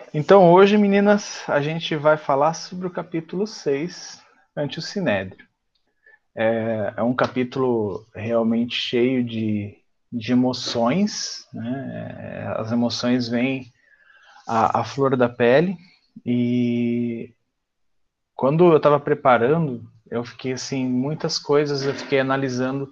Então hoje, meninas, a gente vai falar sobre o capítulo 6, ante o Sinédrio. É um capítulo realmente cheio de emoções, né? As emoções vêm à flor da pele, e quando eu estava preparando, eu fiquei assim, muitas coisas eu fiquei analisando,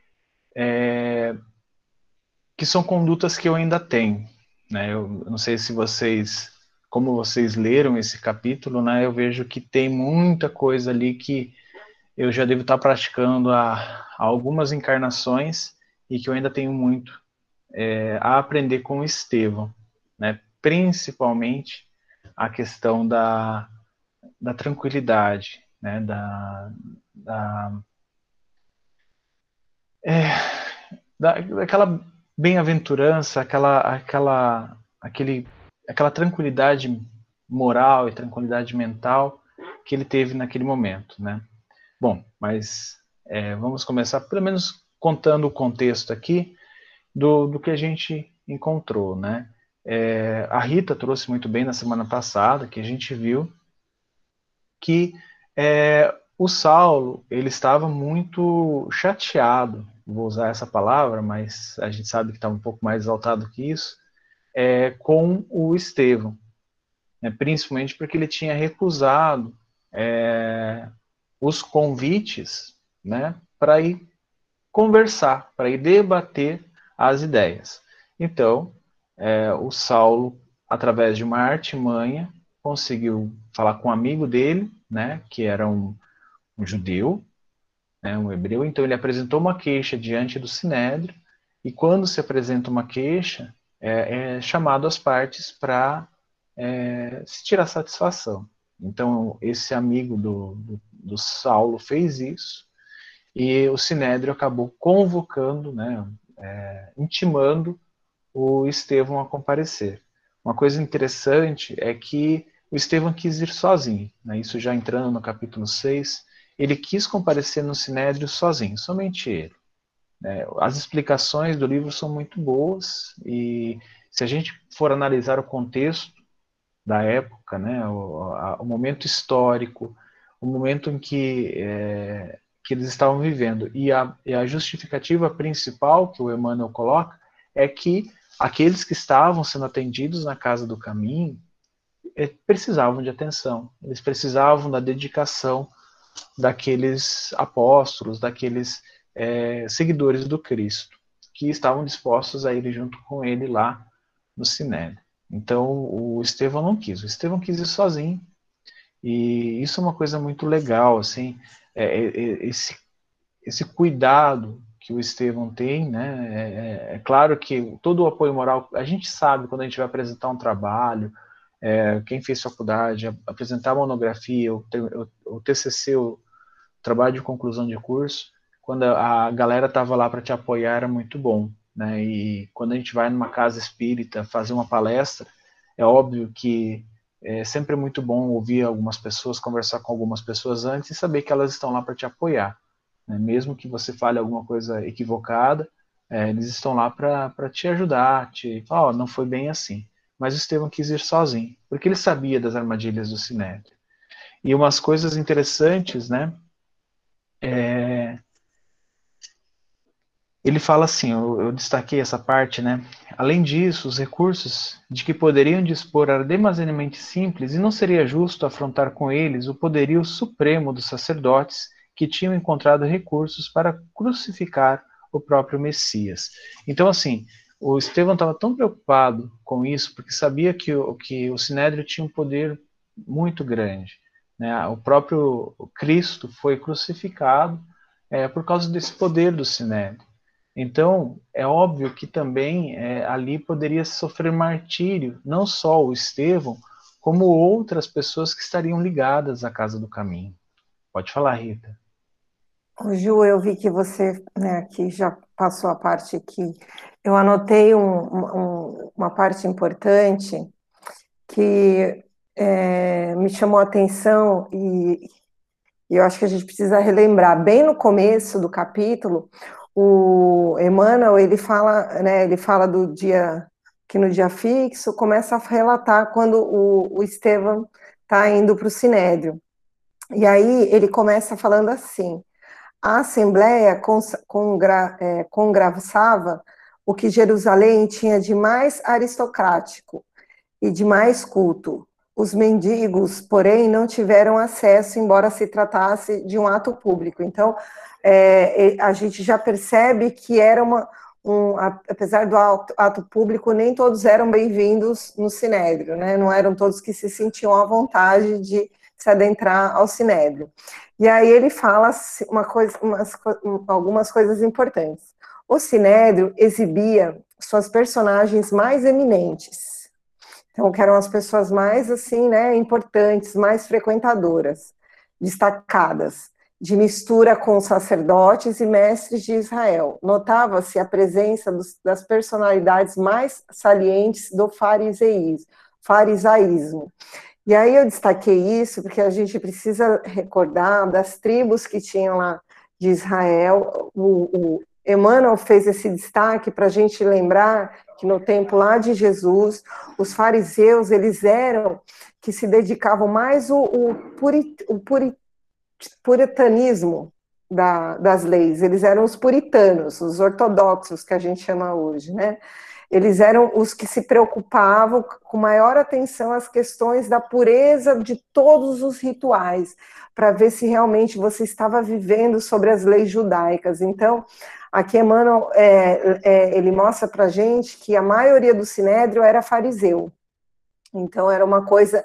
que são condutas que eu ainda tenho, né? Eu não sei se vocês, como vocês leram esse capítulo, né? Eu vejo que tem muita coisa ali que eu já devo estar praticando há algumas encarnações e que eu ainda tenho muito a aprender com o Estevão, né? Principalmente a questão da tranquilidade, né? Da, daquela bem-aventurança, aquela tranquilidade moral e tranquilidade mental que ele teve naquele momento, né? Bom, mas vamos começar pelo menos contando o contexto aqui do que a gente encontrou, né? A Rita trouxe muito bem na semana passada, que a gente viu que o Saulo ele estava muito chateado, vou usar essa palavra, mas a gente sabe que estava um pouco mais exaltado que isso, com o Estevão, né? Principalmente porque ele tinha recusado os convites, né, para ir conversar, para ir debater as ideias. Então, o Saulo, através de uma artimanha, conseguiu falar com um amigo dele, né, que era um judeu, né, um hebreu. Então, ele apresentou uma queixa diante do Sinédrio, e quando se apresenta uma queixa, é chamado as partes para se tirar satisfação. Então, esse amigo do Saulo fez isso, e o Sinédrio acabou convocando, né, intimando o Estevão a comparecer. Uma coisa interessante é que o Estevão quis ir sozinho, né, isso já entrando no capítulo 6, ele quis comparecer no Sinédrio sozinho, somente ele. As explicações do livro são muito boas, e se a gente for analisar o contexto da época, né, o momento histórico, o momento em que eles estavam vivendo. E a justificativa principal que o Emmanuel coloca é que aqueles que estavam sendo atendidos na Casa do Caminho precisavam de atenção, eles precisavam da dedicação daqueles apóstolos, daqueles seguidores do Cristo, que estavam dispostos a ir junto com ele lá no Sinédrio. Então o Estevão não quis, o Estevão quis ir sozinho, e isso é uma coisa muito legal, assim, esse cuidado que o Estevão tem, né? É claro que todo o apoio moral, a gente sabe quando a gente vai apresentar um trabalho, quem fez faculdade, apresentar a monografia, o TCC, o trabalho de conclusão de curso, quando a galera estava lá para te apoiar era muito bom, né? E quando a gente vai numa casa espírita fazer uma palestra, é óbvio que é sempre muito bom ouvir algumas pessoas, conversar com algumas pessoas antes e saber que elas estão lá para te apoiar, né? Mesmo que você fale alguma coisa equivocada, eles estão lá para te ajudar, te falar, oh, não foi bem assim. Mas o Estevão quis ir sozinho, porque ele sabia das armadilhas do Sinédrio. E umas coisas interessantes, né? Ele fala assim, eu destaquei essa parte, né? Além disso, os recursos de que poderiam dispor eram demasiadamente simples e não seria justo afrontar com eles o poderio supremo dos sacerdotes que tinham encontrado recursos para crucificar o próprio Messias. Então, assim, o Estevão estava tão preocupado com isso porque sabia que o Sinédrio tinha um poder muito grande, né? O próprio Cristo foi crucificado por causa desse poder do Sinédrio. Então, é óbvio que também ali poderia sofrer martírio, não só o Estevão, como outras pessoas que estariam ligadas à Casa do Caminho. Pode falar, Rita. Ô, Ju, eu vi que você, né, que já passou a parte que eu anotei uma parte importante que me chamou a atenção e eu acho que a gente precisa relembrar. Bem no começo do capítulo, o Emmanuel, ele fala, né, ele fala do dia que no dia fixo começa a relatar quando o Estevão está indo para o Sinédrio. E aí ele começa falando assim: a Assembleia congraçava o que Jerusalém tinha de mais aristocrático e de mais culto. Os mendigos, porém, não tiveram acesso, embora se tratasse de um ato público. Então, a gente já percebe que era apesar do ato público, nem todos eram bem-vindos no Sinédrio, né? Não eram todos que se sentiam à vontade de se adentrar ao Sinédrio. E aí ele fala algumas coisas importantes. O Sinédrio exibia suas personagens mais eminentes, então, que eram as pessoas mais, assim, né, importantes, mais frequentadoras, destacadas, de mistura com sacerdotes e mestres de Israel. Notava-se a presença das personalidades mais salientes do farisaísmo. E aí eu destaquei isso porque a gente precisa recordar das tribos que tinham lá de Israel. O Emmanuel fez esse destaque para a gente lembrar que no tempo lá de Jesus, os fariseus, eles eram que se dedicavam mais o puritanismo das leis, eles eram os puritanos, os ortodoxos, que a gente chama hoje, né? Eles eram os que se preocupavam com maior atenção às questões da pureza de todos os rituais, para ver se realmente você estava vivendo sobre as leis judaicas. Então, aqui Emmanuel, ele mostra para a gente que a maioria do Sinédrio era fariseu. Então, era uma coisa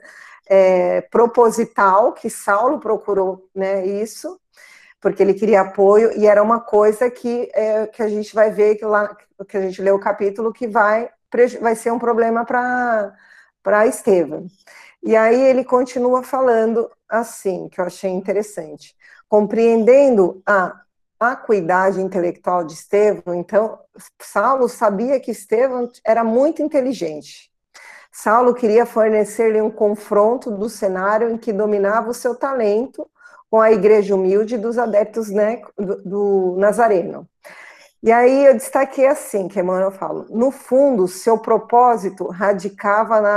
proposital, que Saulo procurou, né, isso, porque ele queria apoio, e era uma coisa que a gente vai ver, que a gente lê o capítulo, que vai ser um problema para Estevão. E aí ele continua falando assim, que eu achei interessante. Compreendendo a acuidade intelectual de Estevão, então, Saulo sabia que Estevão era muito inteligente. Saulo queria fornecer-lhe um confronto do cenário em que dominava o seu talento com a igreja humilde dos adeptos, né, do Nazareno. E aí eu destaquei assim, que Emmanuel fala, no fundo, seu propósito radicava na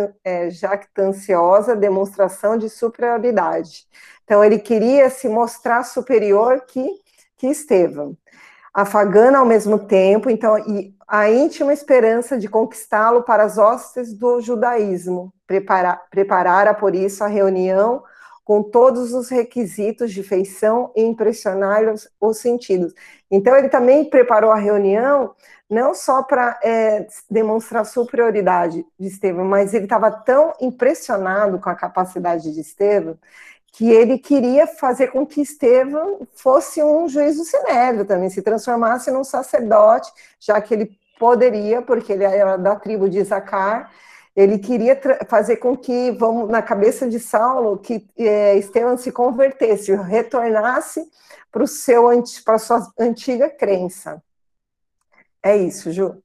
jactanciosa demonstração de superioridade. Então, ele queria se mostrar superior que Estevão, afagando ao mesmo tempo, então, a íntima esperança de conquistá-lo para as hostes do judaísmo, preparara por isso a reunião com todos os requisitos de feição e impressionar os sentidos. Então, ele também preparou a reunião não só para demonstrar a superioridade de Estevão, mas ele estava tão impressionado com a capacidade de Estevão que ele queria fazer com que Estevão fosse um juiz do Sinédrio também, se transformasse num sacerdote, já que ele poderia, porque ele era da tribo de Isacar. Ele queria fazer com que, na cabeça de Saulo, que Estevão se convertesse, retornasse para a sua antiga crença. É isso, Ju.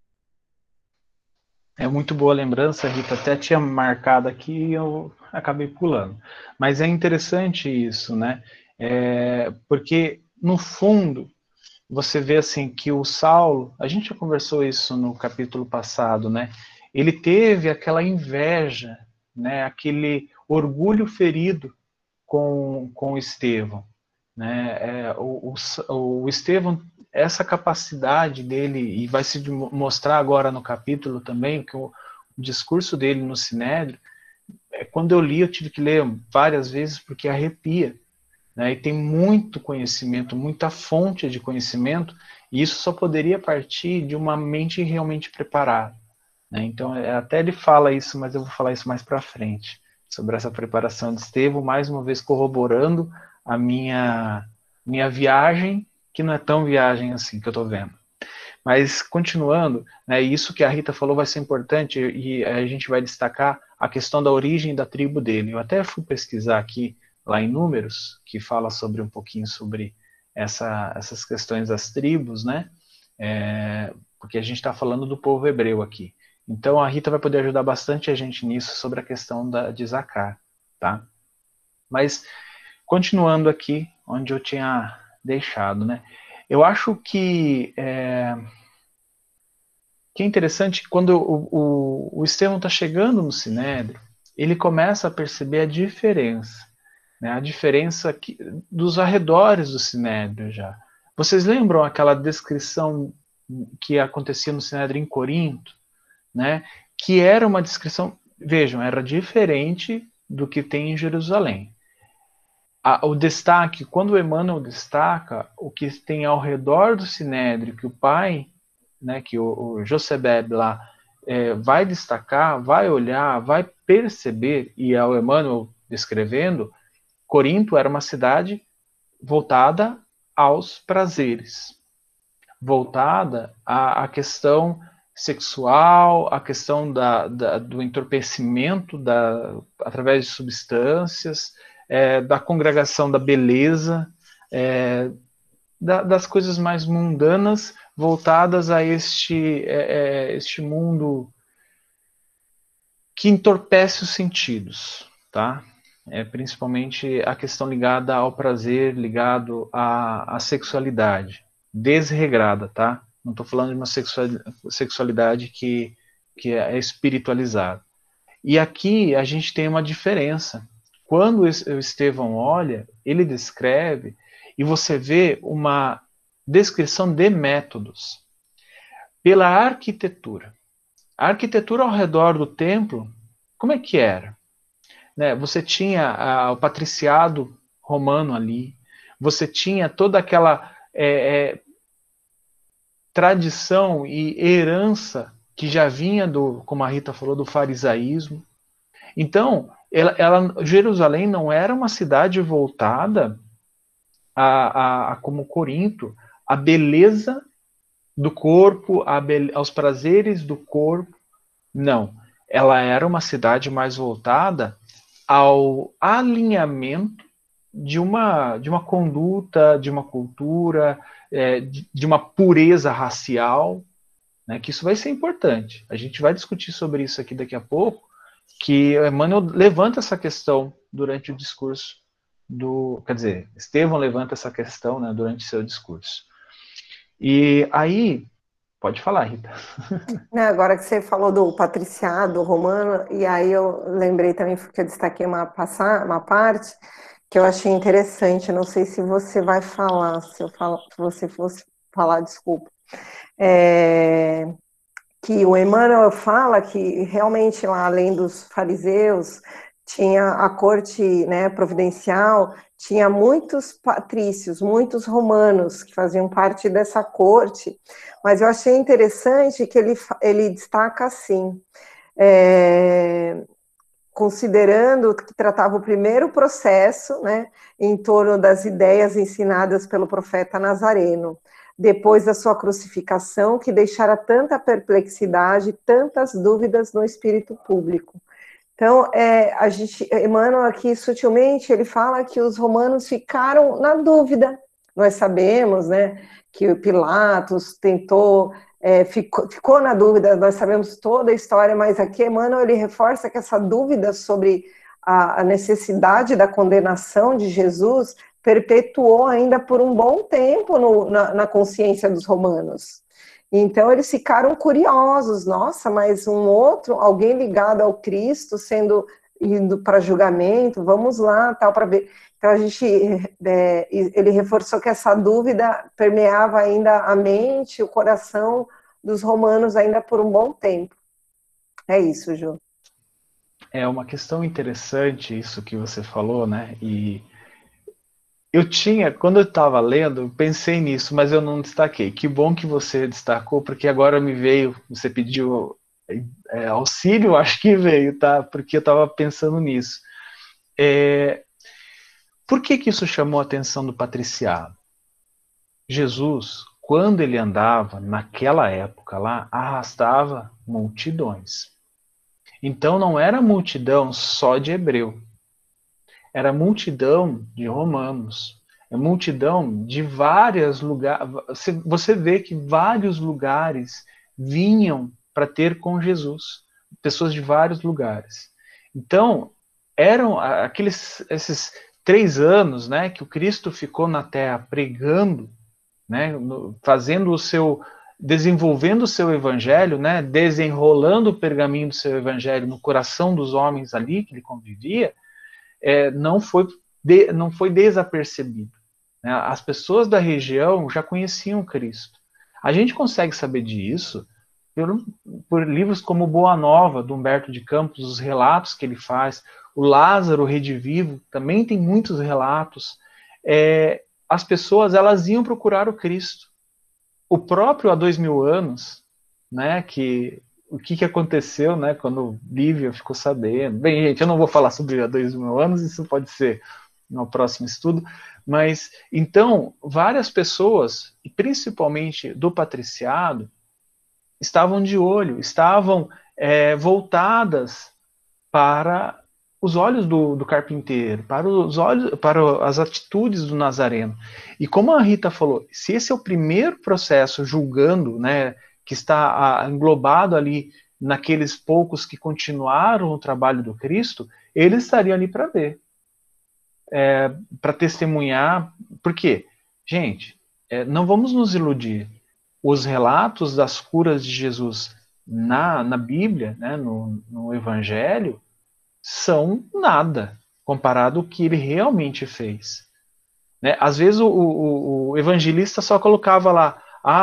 É muito boa a lembrança, Rita. Até tinha marcado aqui e eu acabei pulando. Mas é interessante isso, né? Porque, no fundo, você vê assim que o Saulo, a gente já conversou isso no capítulo passado, né? Ele teve aquela inveja, né? Aquele orgulho ferido com Estevão, né? O Estevão, essa capacidade dele, e vai se mostrar agora no capítulo também, que o discurso dele no Sinédrio, quando eu li, eu tive que ler várias vezes porque arrepia, né? E tem muito conhecimento, muita fonte de conhecimento, e isso só poderia partir de uma mente realmente preparada, né? Então, até ele fala isso, mas eu vou falar isso mais para frente, sobre essa preparação de Estevão, mais uma vez corroborando a minha viagem, que não é tão viagem assim que eu estou vendo. Mas, continuando, né, isso que a Rita falou vai ser importante, e a gente vai destacar a questão da origem da tribo dele. Eu até fui pesquisar aqui, lá em Números, que fala sobre um pouquinho sobre essas questões das tribos, né? Porque a gente está falando do povo hebreu aqui. Então a Rita vai poder ajudar bastante a gente nisso sobre a questão de Zacar, tá? Mas continuando aqui onde eu tinha deixado, né? Eu acho que que é interessante, quando o Estevão está chegando no Sinédrio, ele começa a perceber a diferença, né? A diferença dos arredores do Sinédrio já. Vocês lembram aquela descrição que acontecia no Sinédrio em Corinto, né? Que era uma descrição, vejam, era diferente do que tem em Jerusalém. O destaque, quando o Emmanuel destaca o que tem ao redor do Sinédrio, que o pai, né, que o Josebeb lá vai destacar, vai olhar, vai perceber, e é o Emmanuel descrevendo, Corinto era uma cidade voltada aos prazeres, voltada à questão sexual, à questão do entorpecimento através de substâncias, da congregação da beleza, das coisas mais mundanas voltadas a este mundo que entorpece os sentidos, tá? Principalmente a questão ligada ao prazer, ligado à sexualidade, desregrada, tá? Não estou falando de uma sexualidade que é espiritualizada. E aqui a gente tem uma diferença. Quando o Estevão olha, ele descreve, e você vê uma descrição de métodos pela arquitetura. A arquitetura ao redor do templo, como é que era? Né? Você tinha o patriciado romano ali, você tinha toda aquela tradição e herança que já vinha como a Rita falou, do farisaísmo. Então, Jerusalém não era uma cidade voltada como Corinto, a beleza do corpo, aos prazeres do corpo. Não. Ela era uma cidade mais voltada ao alinhamento de uma conduta, de uma cultura, de uma pureza racial, né, que isso vai ser importante. A gente vai discutir sobre isso aqui daqui a pouco, que Emmanuel levanta essa questão durante o discurso quer dizer, Estevão levanta essa questão, né, durante seu discurso. E aí, pode falar, Rita. Agora que você falou do patriciado romano, e aí eu lembrei também, porque eu destaquei uma parte que eu achei interessante, não sei se você vai falar, se você fosse falar, desculpa. Que o Emmanuel fala que realmente lá, além dos fariseus, tinha a corte, né, providencial, tinha muitos patrícios, muitos romanos que faziam parte dessa corte, mas eu achei interessante que ele destaca assim, considerando que tratava o primeiro processo, né, em torno das ideias ensinadas pelo profeta Nazareno, depois da sua crucificação, que deixara tanta perplexidade, tantas dúvidas no espírito público. Então, Emmanuel aqui, sutilmente, ele fala que os romanos ficaram na dúvida. Nós sabemos, né, que o Pilatos tentou, ficou na dúvida, nós sabemos toda a história, mas aqui Emmanuel, ele reforça que essa dúvida sobre a necessidade da condenação de Jesus perpetuou ainda por um bom tempo na consciência dos romanos. Então eles ficaram curiosos, nossa, mas alguém ligado ao Cristo indo para julgamento, vamos lá, tal, para ver. Então ele reforçou que essa dúvida permeava ainda a mente, o coração dos romanos ainda por um bom tempo. É isso, Ju. É uma questão interessante isso que você falou, né? E quando eu estava lendo, pensei nisso, mas eu não destaquei. Que bom que você destacou, porque agora me veio, você pediu auxílio, acho que veio, tá? Porque eu estava pensando nisso. Por que isso chamou a atenção do patriciado? Jesus, quando ele andava naquela época lá, arrastava multidões. Então não era multidão só de hebreu. Era multidão de romanos, multidão de vários lugares. Você vê que vários lugares vinham para ter com Jesus, pessoas de vários lugares. Então, eram esses 3 anos, que o Cristo ficou na Terra pregando, fazendo desenvolvendo o seu evangelho, né, desenrolando o pergaminho do seu evangelho no coração dos homens ali que ele convivia, não foi desapercebido. Né? As pessoas da região já conheciam Cristo. A gente consegue saber disso por livros como Boa Nova, do Humberto de Campos, os relatos que ele faz. O Lázaro Redivivo também tem muitos relatos. As pessoas, elas iam procurar o Cristo. O próprio há 2000 anos, né, o que aconteceu, né, quando Lívia ficou sabendo. Bem, gente, eu não vou falar sobre há 2000 anos, isso pode ser no próximo estudo, mas, então, várias pessoas, e principalmente do patriciado, estavam de olho, estavam voltadas para os olhos do carpinteiro, para as atitudes do Nazareno. E como a Rita falou, se esse é o primeiro processo julgando, né, que está englobado ali naqueles poucos que continuaram o trabalho do Cristo, eles estariam ali para ver, para testemunhar. Por quê? Gente, não vamos nos iludir. Os relatos das curas de Jesus na Bíblia, né, no Evangelho, são nada comparado ao que ele realmente fez. Né? Às vezes o evangelista só colocava lá,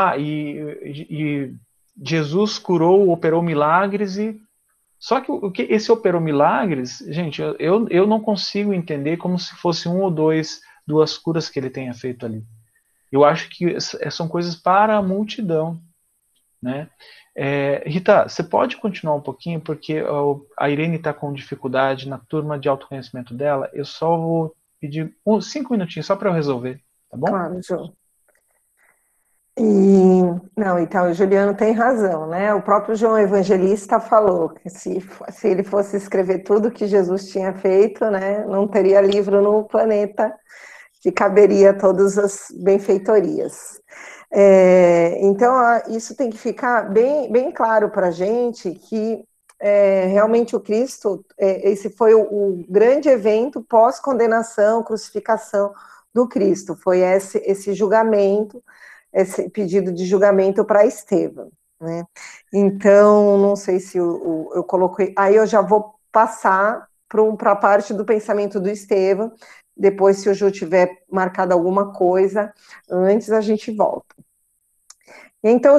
e Jesus curou, operou milagres, só que esse operou milagres, gente, eu não consigo entender como se fosse um ou duas curas que ele tenha feito ali. Eu acho que são coisas para a multidão. Né? Rita, você pode continuar um pouquinho, porque a Irene está com dificuldade na turma de autoconhecimento dela. Eu só vou pedir 5 minutinhos só para eu resolver, tá bom? Claro, João. Não, então, o Juliano tem razão, né? O próprio João Evangelista falou que se ele fosse escrever tudo que Jesus tinha feito, né, não teria livro no planeta que caberia todas as benfeitorias. Então, isso tem que ficar bem claro para a gente que realmente o Cristo, esse foi o grande evento pós-condenação, crucificação do Cristo, foi esse julgamento, esse pedido de julgamento para Estevão, né? Então, não sei se eu coloquei, aí eu já vou passar para a parte do pensamento do Estevão, depois se o Ju tiver marcado alguma coisa, antes a gente volta. Então,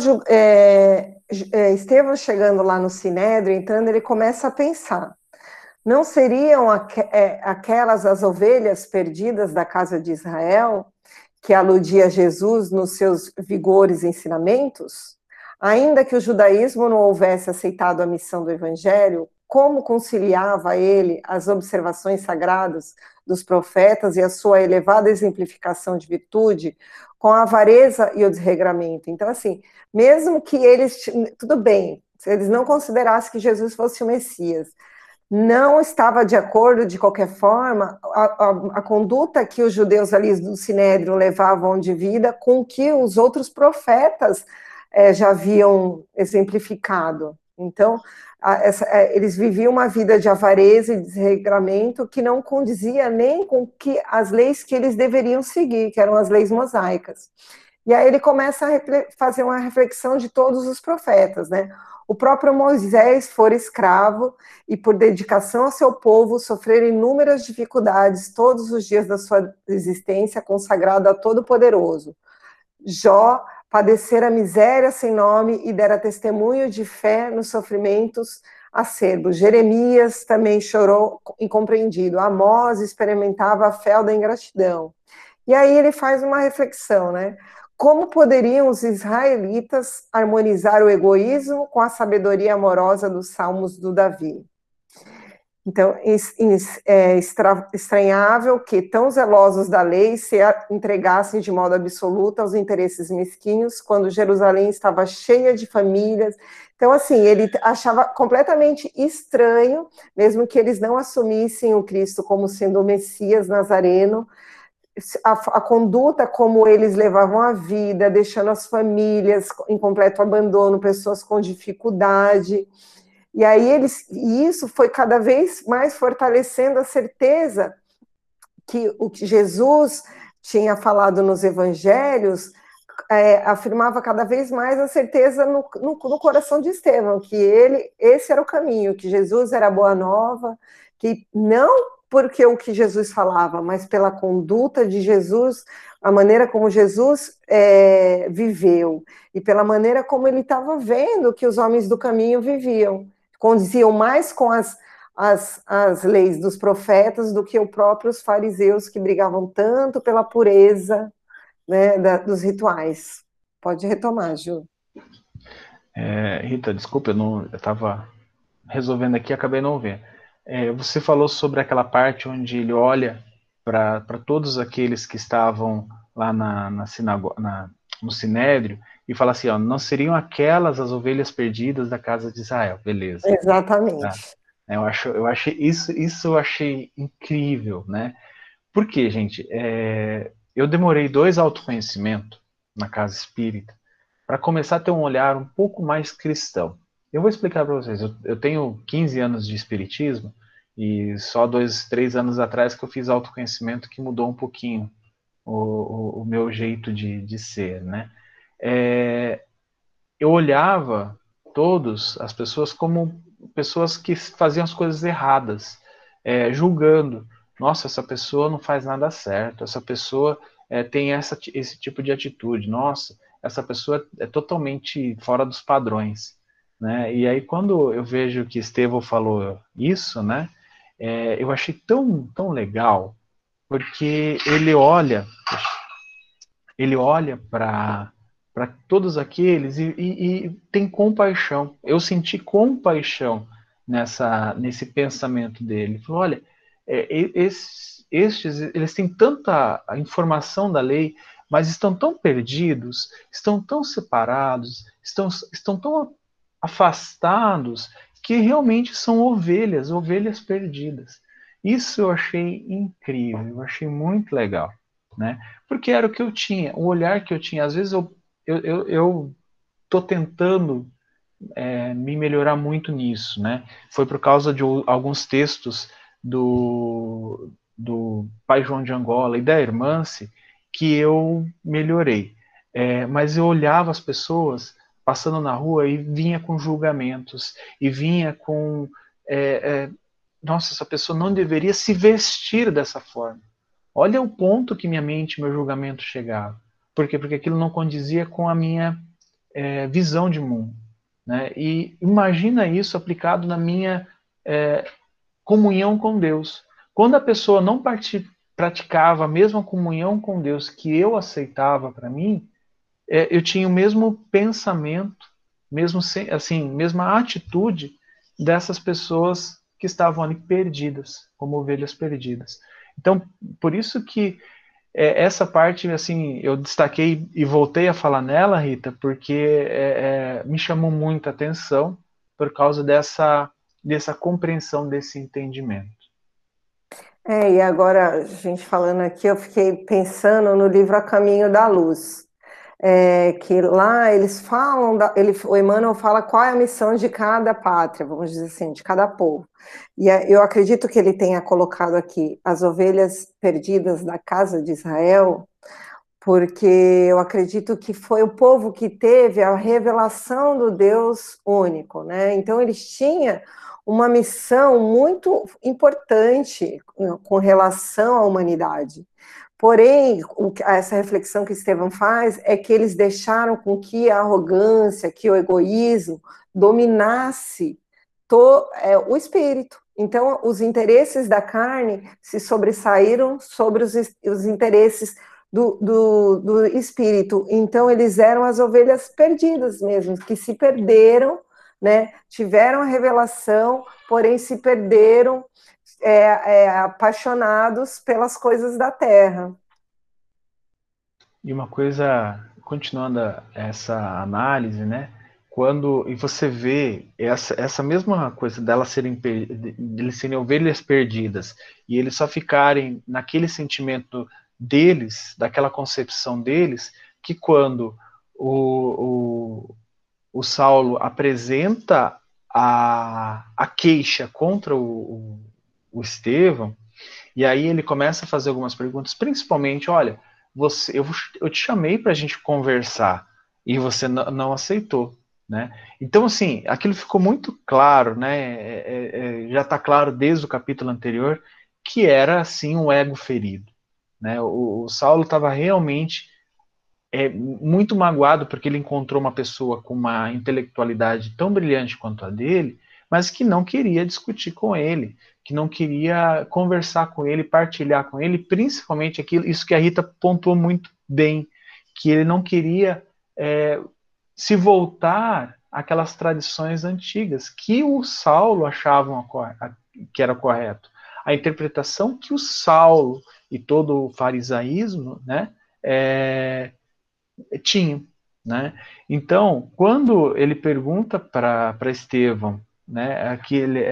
Estevão chegando lá no Sinédrio, entrando, ele começa a pensar, não seriam aquelas as ovelhas perdidas da casa de Israel, que aludia a Jesus nos seus vigores e ensinamentos? Ainda que o judaísmo não houvesse aceitado a missão do evangelho, como conciliava ele as observações sagradas dos profetas e a sua elevada exemplificação de virtude com a avareza e o desregramento? Então, assim, mesmo que eles, tudo bem, se eles não considerassem que Jesus fosse o Messias, não estava de acordo, de qualquer forma, a conduta que os judeus ali do Sinédrio levavam de vida com que os outros profetas já haviam exemplificado. Então, eles viviam uma vida de avareza e desregramento que não condizia nem com as leis que eles deveriam seguir, que eram as leis mosaicas. E aí ele começa a fazer uma reflexão de todos os profetas, né? O próprio Moisés fora escravo e, por dedicação ao seu povo, sofrer inúmeras dificuldades todos os dias da sua existência, consagrado a Todo-Poderoso. Jó padecera miséria sem nome e dera testemunho de fé nos sofrimentos acerbos. Jeremias também chorou incompreendido. Amós experimentava a fel da ingratidão. E aí ele faz uma reflexão, né? Como poderiam os israelitas harmonizar o egoísmo com a sabedoria amorosa dos salmos do Davi? Então, é estranhável que tão zelosos da lei se entregassem de modo absoluto aos interesses mesquinhos, quando Jerusalém estava cheia de famílias. Então, assim, ele achava completamente estranho, mesmo que eles não assumissem o Cristo como sendo o Messias Nazareno, a conduta como eles levavam a vida, deixando as famílias em completo abandono, pessoas com dificuldade. E aí isso foi cada vez mais fortalecendo a certeza que o que Jesus tinha falado nos evangelhos afirmava cada vez mais a certeza no coração de Estevão, que esse era o caminho, que Jesus era a boa nova, que não porque o que Jesus falava, mas pela conduta de Jesus, a maneira como Jesus viveu, e pela maneira como ele estava vendo que os homens do caminho viviam, condiziam mais com as leis dos profetas do que os próprios fariseus, que brigavam tanto pela pureza, né, dos rituais. Pode retomar, Ju. Rita, desculpa, eu estava resolvendo aqui, acabei não vendo. Você falou sobre aquela parte onde ele olha para todos aqueles que estavam lá na sinagoga, no Sinédrio, e fala assim, ó, não seriam aquelas as ovelhas perdidas da casa de Israel, beleza. Exatamente. Tá. Eu achei isso eu achei incrível, né? Por quê, gente? Eu demorei 2 autoconhecimentos na casa espírita para começar a ter um olhar um pouco mais cristão. Eu vou explicar para vocês. Eu tenho 15 anos de espiritismo e só 2, 3 anos atrás que eu fiz autoconhecimento que mudou um pouquinho o meu jeito de ser, né? Eu olhava as pessoas como pessoas que faziam as coisas erradas, julgando. Nossa, essa pessoa não faz nada certo, essa pessoa tem esse tipo de atitude, nossa, essa pessoa é totalmente fora dos padrões. Né? E aí, quando eu vejo que Estevão falou isso, né, eu achei tão legal, porque ele olha para todos aqueles e tem compaixão. Eu senti compaixão nesse pensamento dele. Ele falou, olha, estes, eles têm tanta informação da lei, mas estão tão perdidos, estão tão separados, estão tão afastados, que realmente são ovelhas perdidas. Isso eu achei incrível, eu achei muito legal, né? Porque era o que eu tinha, o olhar que eu tinha. Às vezes eu tô tentando me melhorar muito nisso, né? Foi por causa de alguns textos do Pai João de Angola e da Hermance que eu melhorei. Mas eu olhava as pessoas passando na rua e vinha com julgamentos, e vinha com nossa, essa pessoa não deveria se vestir dessa forma. Olha o ponto que minha mente, meu julgamento chegava. Por quê? Porque aquilo não condizia com a minha visão de mundo. Né? E imagina isso aplicado na minha comunhão com Deus. Quando a pessoa não praticava a mesma comunhão com Deus que eu aceitava para mim, eu tinha o mesmo pensamento, mesma atitude dessas pessoas que estavam ali perdidas, como ovelhas perdidas. Então, por isso que essa parte, assim, eu destaquei e voltei a falar nela, Rita, porque me chamou muita atenção por causa dessa compreensão, desse entendimento. E agora, a gente falando aqui, eu fiquei pensando no livro A Caminho da Luz, que lá eles falam, o Emmanuel fala qual é a missão de cada pátria, vamos dizer assim, de cada povo. E eu acredito que ele tenha colocado aqui as ovelhas perdidas da casa de Israel, porque eu acredito que foi o povo que teve a revelação do Deus único, né? Então eles tinham uma missão muito importante com relação à humanidade. Porém, essa reflexão que Estevão faz é que eles deixaram com que a arrogância, que o egoísmo dominasse o espírito. Então, os interesses da carne se sobressaíram sobre os interesses do espírito. Então, eles eram as ovelhas perdidas mesmo, que se perderam, né? Tiveram a revelação, porém se perderam apaixonados pelas coisas da terra. E uma coisa, continuando essa análise, né? E você vê essa mesma coisa deles serem ovelhas perdidas e eles só ficarem naquele sentimento deles, daquela concepção deles, que quando o Saulo apresenta a queixa contra o Estevão, e aí ele começa a fazer algumas perguntas, principalmente, olha, eu te chamei para a gente conversar e você não aceitou, né? Então, assim, aquilo ficou muito claro, né? Já está claro desde o capítulo anterior que era, assim, um ego ferido, né? O Saulo estava realmente muito magoado porque ele encontrou uma pessoa com uma intelectualidade tão brilhante quanto a dele, mas que não queria discutir com ele, que não queria conversar com ele, partilhar com ele, principalmente aquilo, isso que a Rita pontuou muito bem, que ele não queria se voltar àquelas tradições antigas que o Saulo achava que era correto. A interpretação que o Saulo e todo o farisaísmo, né, tinha, né? Então, quando ele pergunta para Estevão, né, aquele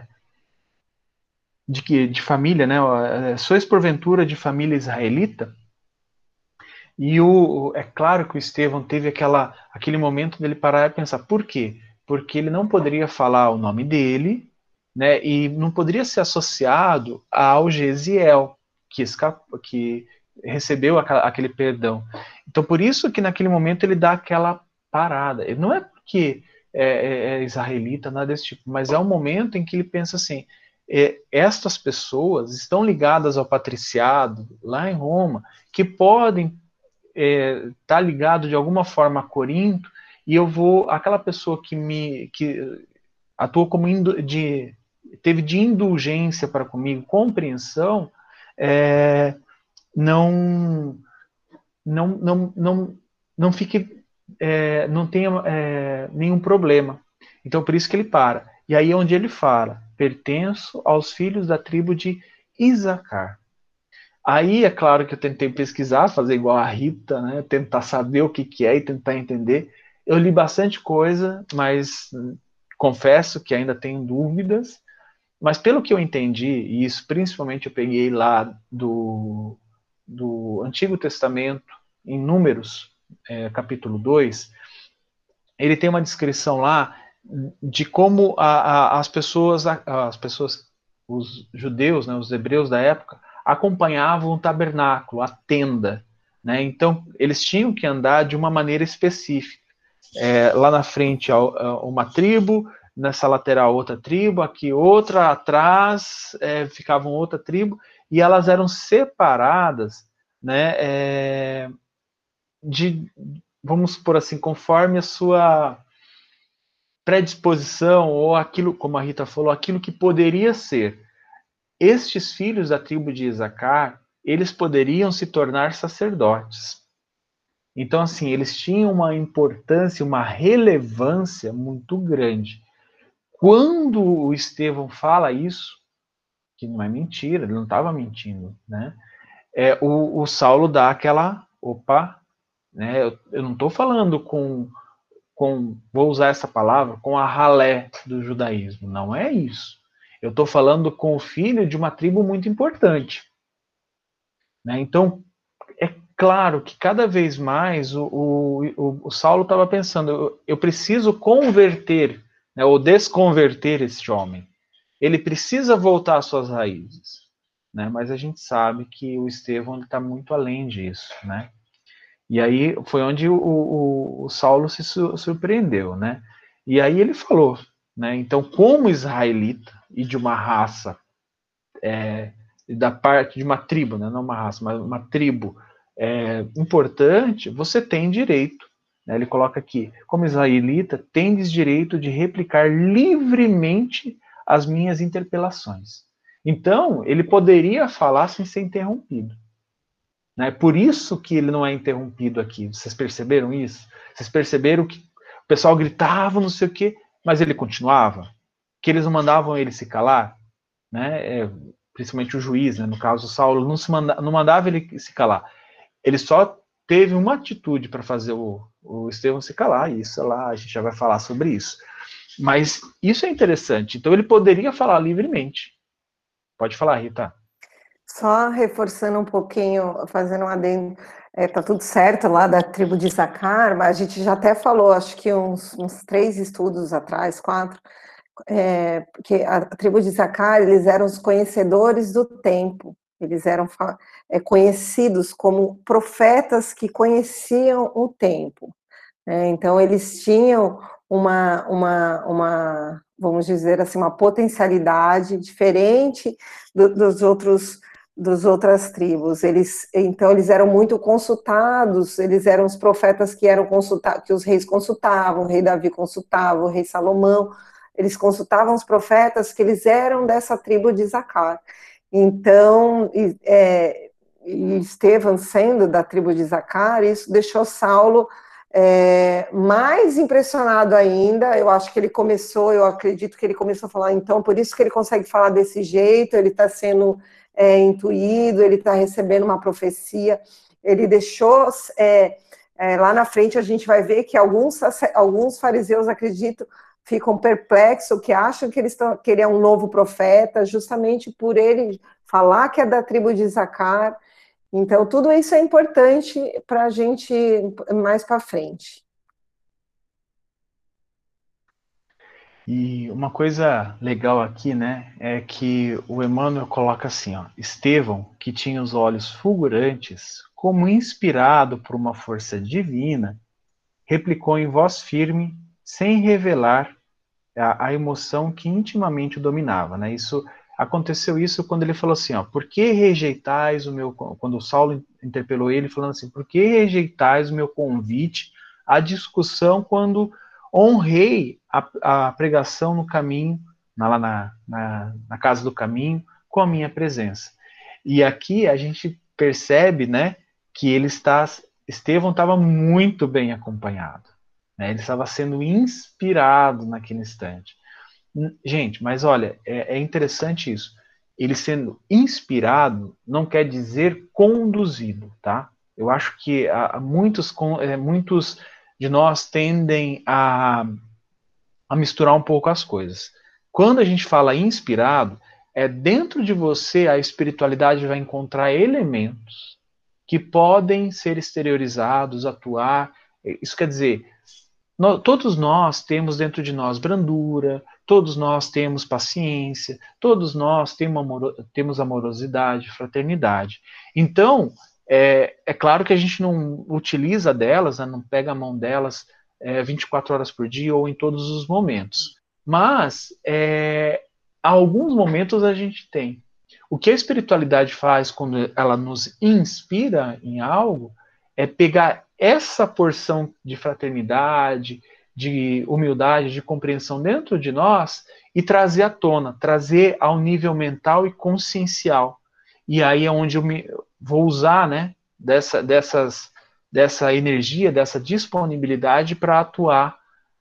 de família, né, sois porventura de família israelita? E é claro que o Estevão teve aquele momento dele parar e pensar, por quê? Porque ele não poderia falar o nome dele, né, e não poderia ser associado ao Gesiel, que recebeu aquele perdão. Então, por isso que naquele momento ele dá aquela parada. Não é porque é israelita, nada desse tipo, mas é um momento em que ele pensa assim, estas pessoas estão ligadas ao patriciado lá em Roma, que podem tá ligado de alguma forma a Corinto, e eu vou, aquela pessoa que atuou como teve de indulgência para comigo, compreensão, é, não, não, não, não, não fique, não tenha nenhum problema. Então, por isso que ele para. E aí é onde ele fala, pertenço aos filhos da tribo de Isacar. Aí é claro que eu tentei pesquisar, fazer igual a Rita, né? Tentar saber o que, que é e tentar entender. Eu li bastante coisa, mas confesso que ainda tenho dúvidas. Mas pelo que eu entendi, e isso principalmente eu peguei lá do Antigo Testamento, em Números, capítulo 2, ele tem uma descrição lá de como as pessoas, os judeus, né, os hebreus da época, acompanhavam o tabernáculo, a tenda, né? Então eles tinham que andar de uma maneira específica. Lá na frente uma tribo, nessa lateral outra tribo, aqui outra, atrás ficava outra tribo, e elas eram separadas, né, vamos por assim, conforme a sua predisposição, ou aquilo, como a Rita falou, aquilo que poderia ser. Estes filhos da tribo de Isacar, eles poderiam se tornar sacerdotes. Então, assim, eles tinham uma importância, uma relevância muito grande. Quando o Estevão fala isso, que não é mentira, ele não estava mentindo, né? O Saulo dá aquela, opa, né? Eu não estou falando vou usar essa palavra, com a ralé do judaísmo. Não é isso. Eu estou falando com o filho de uma tribo muito importante. Né? Então, é claro que cada vez mais o Saulo estava pensando, eu preciso converter, né, ou desconverter esse homem. Ele precisa voltar às suas raízes. Né? Mas a gente sabe que o Estevão está muito além disso. Né? E aí foi onde o Saulo se surpreendeu, né? E aí ele falou, né? Então, como israelita e de uma raça, da parte de uma tribo, né? Não uma raça, mas uma tribo importante, você tem direito, né? Ele coloca aqui, como israelita, tendes direito de replicar livremente as minhas interpelações. Então, ele poderia falar sem ser interrompido. Né? Por isso que ele não é interrompido aqui. Vocês perceberam isso? Vocês perceberam que o pessoal gritava, não sei o quê, mas ele continuava? Que eles não mandavam ele se calar? Né? Principalmente o juiz, né? No caso, o Saulo não mandava ele se calar. Ele só teve uma atitude para fazer o Estevão se calar, e isso lá, a gente já vai falar sobre isso. Mas isso é interessante. Então ele poderia falar livremente. Pode falar, Rita. Só reforçando um pouquinho, fazendo um adendo, tá tudo certo lá da tribo de Isacar, mas a gente já até falou, acho que uns 3 estudos atrás, 4, porque a tribo de Isacar, eles eram os conhecedores do tempo, Eles eram conhecidos como profetas que conheciam o tempo. Então, eles tinham vamos dizer assim, uma potencialidade diferente das outras tribos. Então, eles eram muito consultados, eles eram os profetas que eram consultados, que os reis consultavam, o rei Davi consultava, o rei Salomão, eles consultavam os profetas que eles eram dessa tribo de Isacar. Então, e Estevão sendo da tribo de Isacar, isso deixou Saulo mais impressionado ainda. Eu acho que eu acredito que ele começou a falar, então, por isso que ele consegue falar desse jeito, ele está sendo intuído, ele está recebendo uma profecia, ele deixou, lá na frente a gente vai ver que alguns fariseus, acredito, ficam perplexos, que acham que ele é um novo profeta, justamente por ele falar que é da tribo de Isacar. Então, tudo isso é importante para a gente mais para frente. E uma coisa legal aqui, né, é que o Emmanuel coloca assim, ó, Estevão, que tinha os olhos fulgurantes, como inspirado por uma força divina, replicou em voz firme, sem revelar a emoção que intimamente o dominava, né? Aconteceu isso quando ele falou assim, ó, por que rejeitais o meu, quando o Saulo interpelou ele falando assim, por que rejeitais o meu convite à discussão quando honrei a pregação no caminho, lá na casa do caminho, com a minha presença. E aqui a gente percebe, né, que Estevão estava muito bem acompanhado, né? Ele estava sendo inspirado naquele instante. Gente, mas olha, é interessante isso. Ele sendo inspirado não quer dizer conduzido, tá? Eu acho que muitos de nós tendem a misturar um pouco as coisas. Quando a gente fala inspirado, é dentro de você a espiritualidade vai encontrar elementos que podem ser exteriorizados, atuar. Isso quer dizer, todos nós temos dentro de nós brandura, todos nós temos paciência, todos nós temos amorosidade, fraternidade. Então, é claro que a gente não utiliza delas, né, não pega a mão delas 24 horas por dia ou em todos os momentos. Mas, alguns momentos a gente tem. O que a espiritualidade faz quando ela nos inspira em algo é pegar essa porção de fraternidade, de humildade, de compreensão dentro de nós e trazer à tona, trazer ao nível mental e consciencial. E aí é onde vou usar, né, dessa energia, dessa disponibilidade para atuar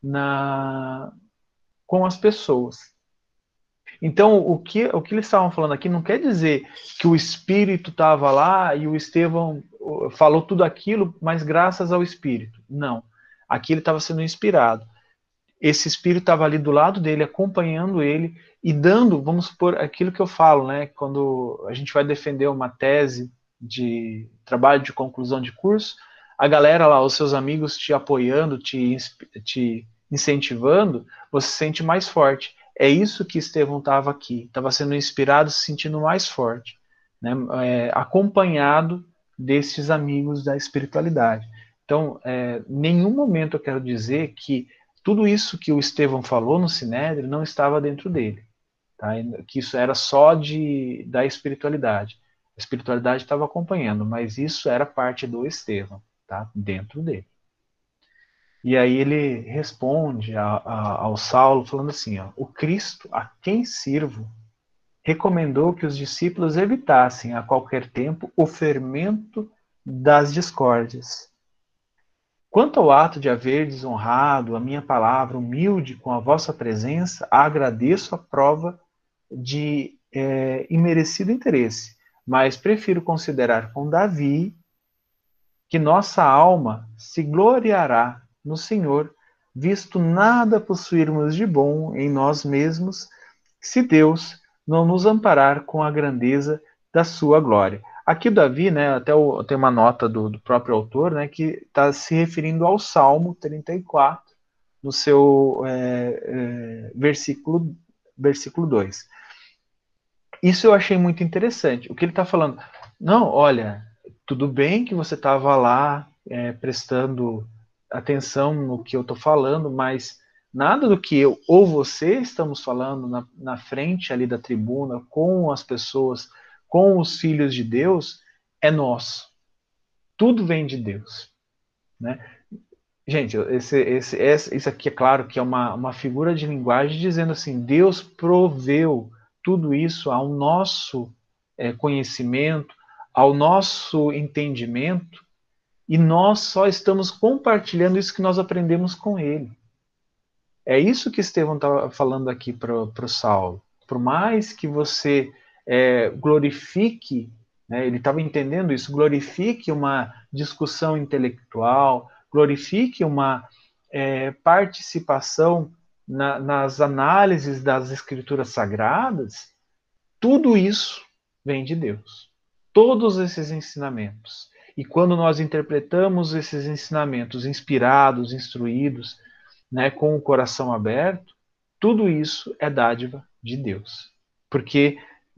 com as pessoas. Então, o que eles estavam falando aqui não quer dizer que o Espírito estava lá e o Estevão falou tudo aquilo, mas graças ao Espírito. Não. Aqui ele estava sendo inspirado. Esse Espírito estava ali do lado dele, acompanhando ele e dando, vamos supor, aquilo que eu falo, né? Quando a gente vai defender uma tese de trabalho de conclusão de curso, a galera lá, os seus amigos te apoiando, te incentivando, você se sente mais forte. É isso que Estevão estava aqui, estava sendo inspirado, se sentindo mais forte, né? Acompanhado desses amigos da espiritualidade. Então, em nenhum momento eu quero dizer que tudo isso que o Estevão falou no Sinédrio não estava dentro dele, tá? Que isso era só da espiritualidade. A espiritualidade estava acompanhando, mas isso era parte do Estevão, tá? Dentro dele. E aí ele responde ao Saulo falando assim, ó, o Cristo, a quem sirvo, recomendou que os discípulos evitassem a qualquer tempo o fermento das discórdias. Quanto ao ato de haver desonrado a minha palavra humilde com a vossa presença, agradeço a prova de imerecido interesse, mas prefiro considerar com Davi que nossa alma se gloriará no Senhor, visto nada possuirmos de bom em nós mesmos, se Deus não nos amparar com a grandeza da sua glória. Aqui Davi, né, tem uma nota do próprio autor, né, que está se referindo ao Salmo 34, no seu versículo 2. isso eu achei muito interessante. O que ele está falando? Não, olha, tudo bem que você estava lá prestando atenção no que eu estou falando, mas nada do que eu ou você estamos falando na frente ali da tribuna, com as pessoas, com os filhos de Deus, é nosso. Tudo vem de Deus, né? Gente, isso aqui é claro que é uma figura de linguagem dizendo assim, Deus proveu tudo isso ao nosso conhecimento, ao nosso entendimento, e nós só estamos compartilhando isso que nós aprendemos com ele. É isso que Estevão está falando aqui para o Saulo. Por mais que você glorifique, né, ele estava entendendo isso, glorifique uma discussão intelectual, glorifique uma participação nas análises das escrituras sagradas, tudo isso vem de Deus. Todos esses ensinamentos. E quando nós interpretamos esses ensinamentos inspirados, instruídos, né, com o coração aberto, tudo isso é dádiva de Deus. Porque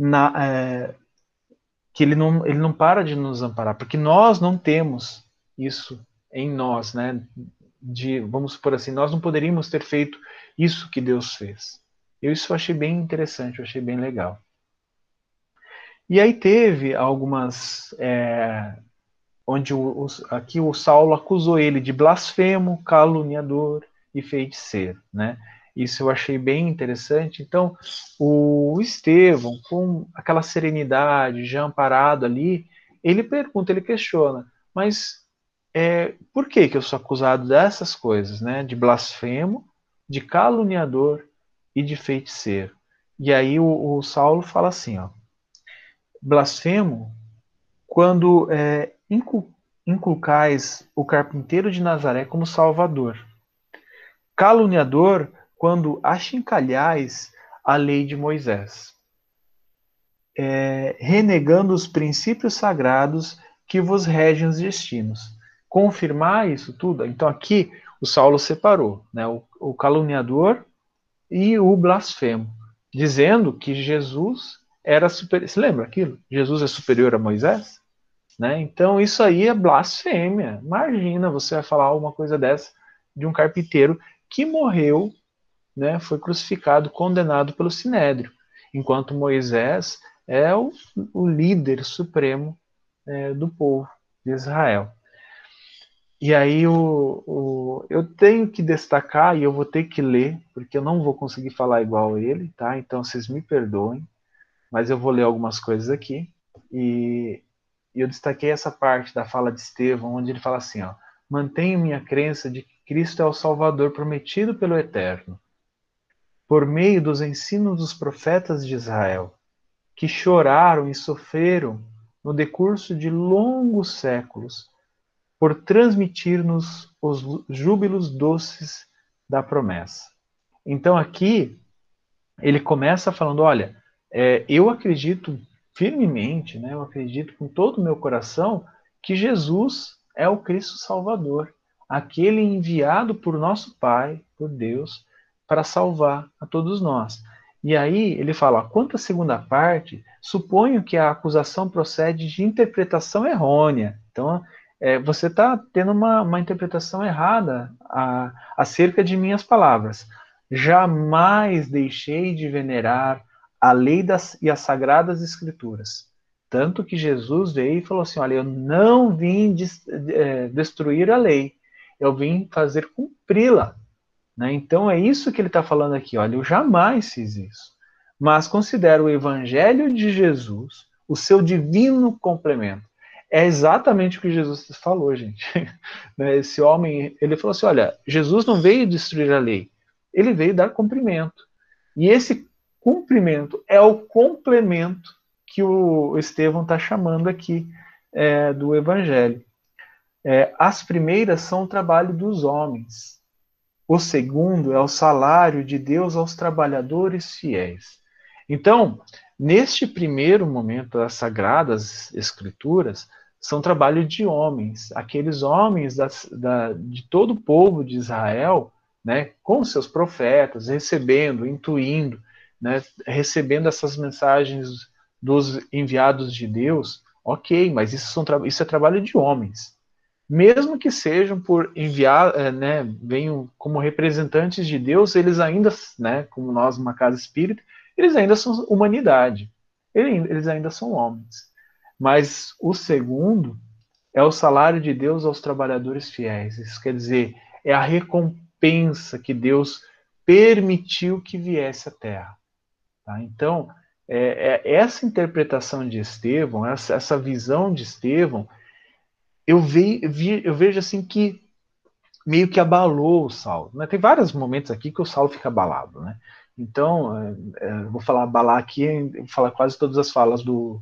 que ele não para de nos amparar, porque nós não temos isso em nós, né? Vamos supor assim, nós não poderíamos ter feito isso que Deus fez. Isso eu achei bem interessante, eu achei bem legal. E aí teve algumas onde aqui o Saulo acusou ele de blasfemo, caluniador e feiticeiro, né? Isso eu achei bem interessante. Então, o Estevão, com aquela serenidade, já amparado ali, ele pergunta, ele questiona, mas por que eu sou acusado dessas coisas, né? De blasfemo, de caluniador e de feiticeiro. E aí o Saulo fala assim, ó, blasfemo quando inculcais o carpinteiro de Nazaré como Salvador. Caluniador quando achincalhais a lei de Moisés. Renegando os princípios sagrados que vos regem os destinos. Confirmar isso tudo. Então aqui o Saulo separou, né, o caluniador e o blasfemo, dizendo que Jesus era superior. Você lembra aquilo? Jesus é superior a Moisés? Né? Então isso aí é blasfêmia. Imagina você vai falar uma coisa dessa de um carpinteiro que morreu, né, foi crucificado, condenado pelo Sinédrio, enquanto Moisés é o líder supremo do povo de Israel. E aí eu tenho que destacar, e eu vou ter que ler, porque eu não vou conseguir falar igual a ele, tá? Então vocês me perdoem, mas eu vou ler algumas coisas aqui. E eu destaquei essa parte da fala de Estevão, onde ele fala assim, ó, mantenho minha crença de que Cristo é o Salvador prometido pelo Eterno, por meio dos ensinos dos profetas de Israel, que choraram e sofreram no decurso de longos séculos, por transmitir-nos os júbilos doces da promessa. Então aqui ele começa falando, olha, eu acredito firmemente, né, eu acredito com todo o meu coração que Jesus é o Cristo Salvador, aquele enviado por nosso Pai, por Deus, para salvar a todos nós. E aí ele fala, quanto à segunda parte, suponho que a acusação procede de interpretação errônea. Então, você está tendo uma interpretação errada acerca de minhas palavras. Jamais deixei de venerar a lei e as sagradas escrituras. Tanto que Jesus veio e falou assim, olha, eu não vim destruir a lei, eu vim fazer cumpri-la. Né? Então é isso que ele está falando aqui, olha, eu jamais fiz isso. Mas considero o evangelho de Jesus o seu divino complemento. É exatamente o que Jesus falou, gente. Esse homem, ele falou assim, olha, Jesus não veio destruir a lei, ele veio dar cumprimento. E esse cumprimento é o complemento que o Estevão está chamando aqui do Evangelho. As primeiras são o trabalho dos homens. O segundo é o salário de Deus aos trabalhadores fiéis. Então, neste primeiro momento, as Sagradas Escrituras são trabalho de homens, aqueles homens de todo o povo de Israel, né, com seus profetas, recebendo, intuindo, né, recebendo essas mensagens dos enviados de Deus, ok, mas isso é trabalho de homens. Mesmo que sejam por enviar, né, venham como representantes de Deus, eles ainda, né, como nós, uma casa espírita, eles ainda são humanidade. Eles ainda são homens. Mas o segundo é o salário de Deus aos trabalhadores fiéis. Isso quer dizer, é a recompensa que Deus permitiu que viesse à Terra. Tá? Então, essa interpretação de Estevão, essa visão de Estevão, eu vejo assim que meio que abalou o Saulo. Né? Tem vários momentos aqui que o Saulo fica abalado. Né? Então, vou falar abalar aqui, vou falar quase todas as falas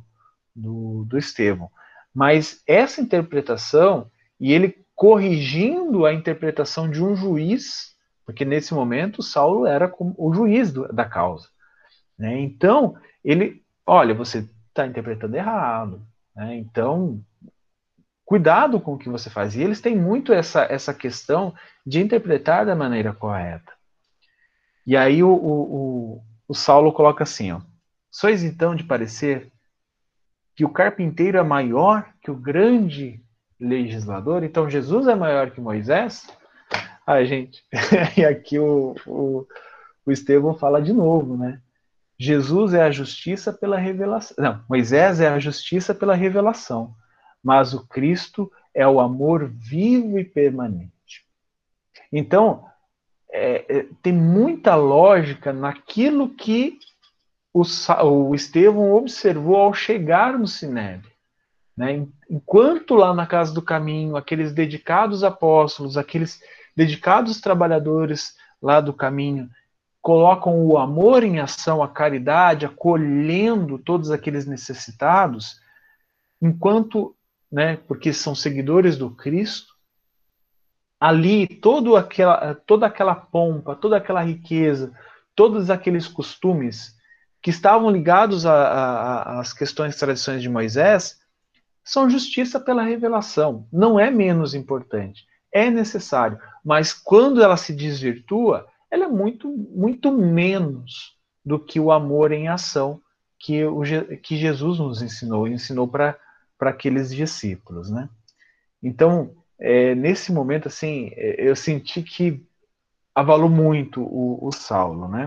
do Estevão. Mas essa interpretação, e ele corrigindo a interpretação de um juiz, porque nesse momento Saulo era o juiz da causa. Né? Então, olha, você está interpretando errado. Né? Então, cuidado com o que você faz. E eles têm muito essa questão de interpretar da maneira correta. E aí o Saulo coloca assim, ó, sois então de parecer que o carpinteiro é maior que o grande legislador, então Jesus é maior que Moisés? Ah, gente, e aqui o Estevão fala de novo, né? Jesus é a justiça pela revelação. Não, Moisés é a justiça pela revelação, mas o Cristo é o amor vivo e permanente. Então, tem muita lógica naquilo que o Estevão observou ao chegar no Sinédrio. Né? Enquanto lá na casa do caminho, aqueles dedicados apóstolos, aqueles dedicados trabalhadores lá do caminho, colocam o amor em ação, a caridade, acolhendo todos aqueles necessitados, enquanto, né, porque são seguidores do Cristo, ali toda aquela pompa, toda aquela riqueza, todos aqueles costumes que estavam ligados às questões, tradições de Moisés, são justiça pela revelação. Não é menos importante. É necessário. Mas quando ela se desvirtua, ela é muito, muito menos do que o amor em ação que Jesus nos ensinou para aqueles discípulos. Né? Então, nesse momento, assim, eu senti que avalou muito o Saulo. Né?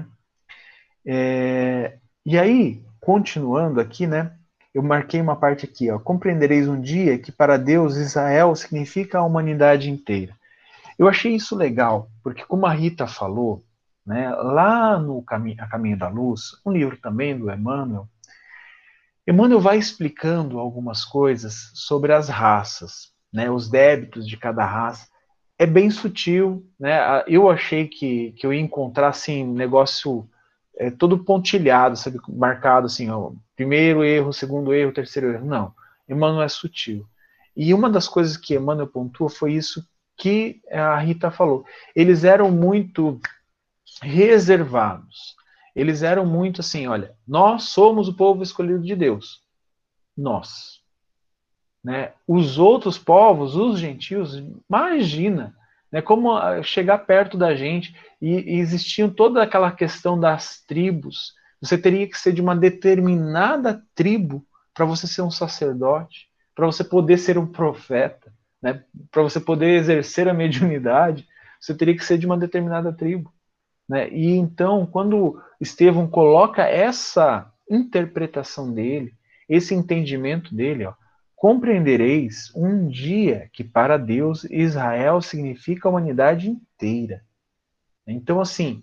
E aí, continuando aqui, né? Eu marquei uma parte aqui, ó. Compreendereis um dia que para Deus Israel significa a humanidade inteira. Eu achei isso legal, porque como a Rita falou, né, lá no A Caminho da Luz, um livro também do Emmanuel, Emmanuel vai explicando algumas coisas sobre as raças, né, os débitos de cada raça. É bem sutil, né? Eu achei que eu ia encontrar assim um negócio todo pontilhado, sabe, marcado assim, ó, primeiro erro, segundo erro, terceiro erro. Não, Emmanuel é sutil. E uma das coisas que Emmanuel pontua foi isso que a Rita falou. Eles eram muito reservados. Eles eram muito assim, olha, nós somos o povo escolhido de Deus. Nós. Né? Os outros povos, os gentios, imagina, né, como chegar perto da gente e existiam toda aquela questão das tribos. Você teria que ser de uma determinada tribo para você ser um sacerdote, para você poder ser um profeta, né, para você poder exercer a mediunidade, você teria que ser de uma determinada tribo. Né? E então, quando Estevão coloca essa interpretação dele, esse entendimento dele, ó, compreendereis um dia que para Deus Israel significa a humanidade inteira. Então, assim,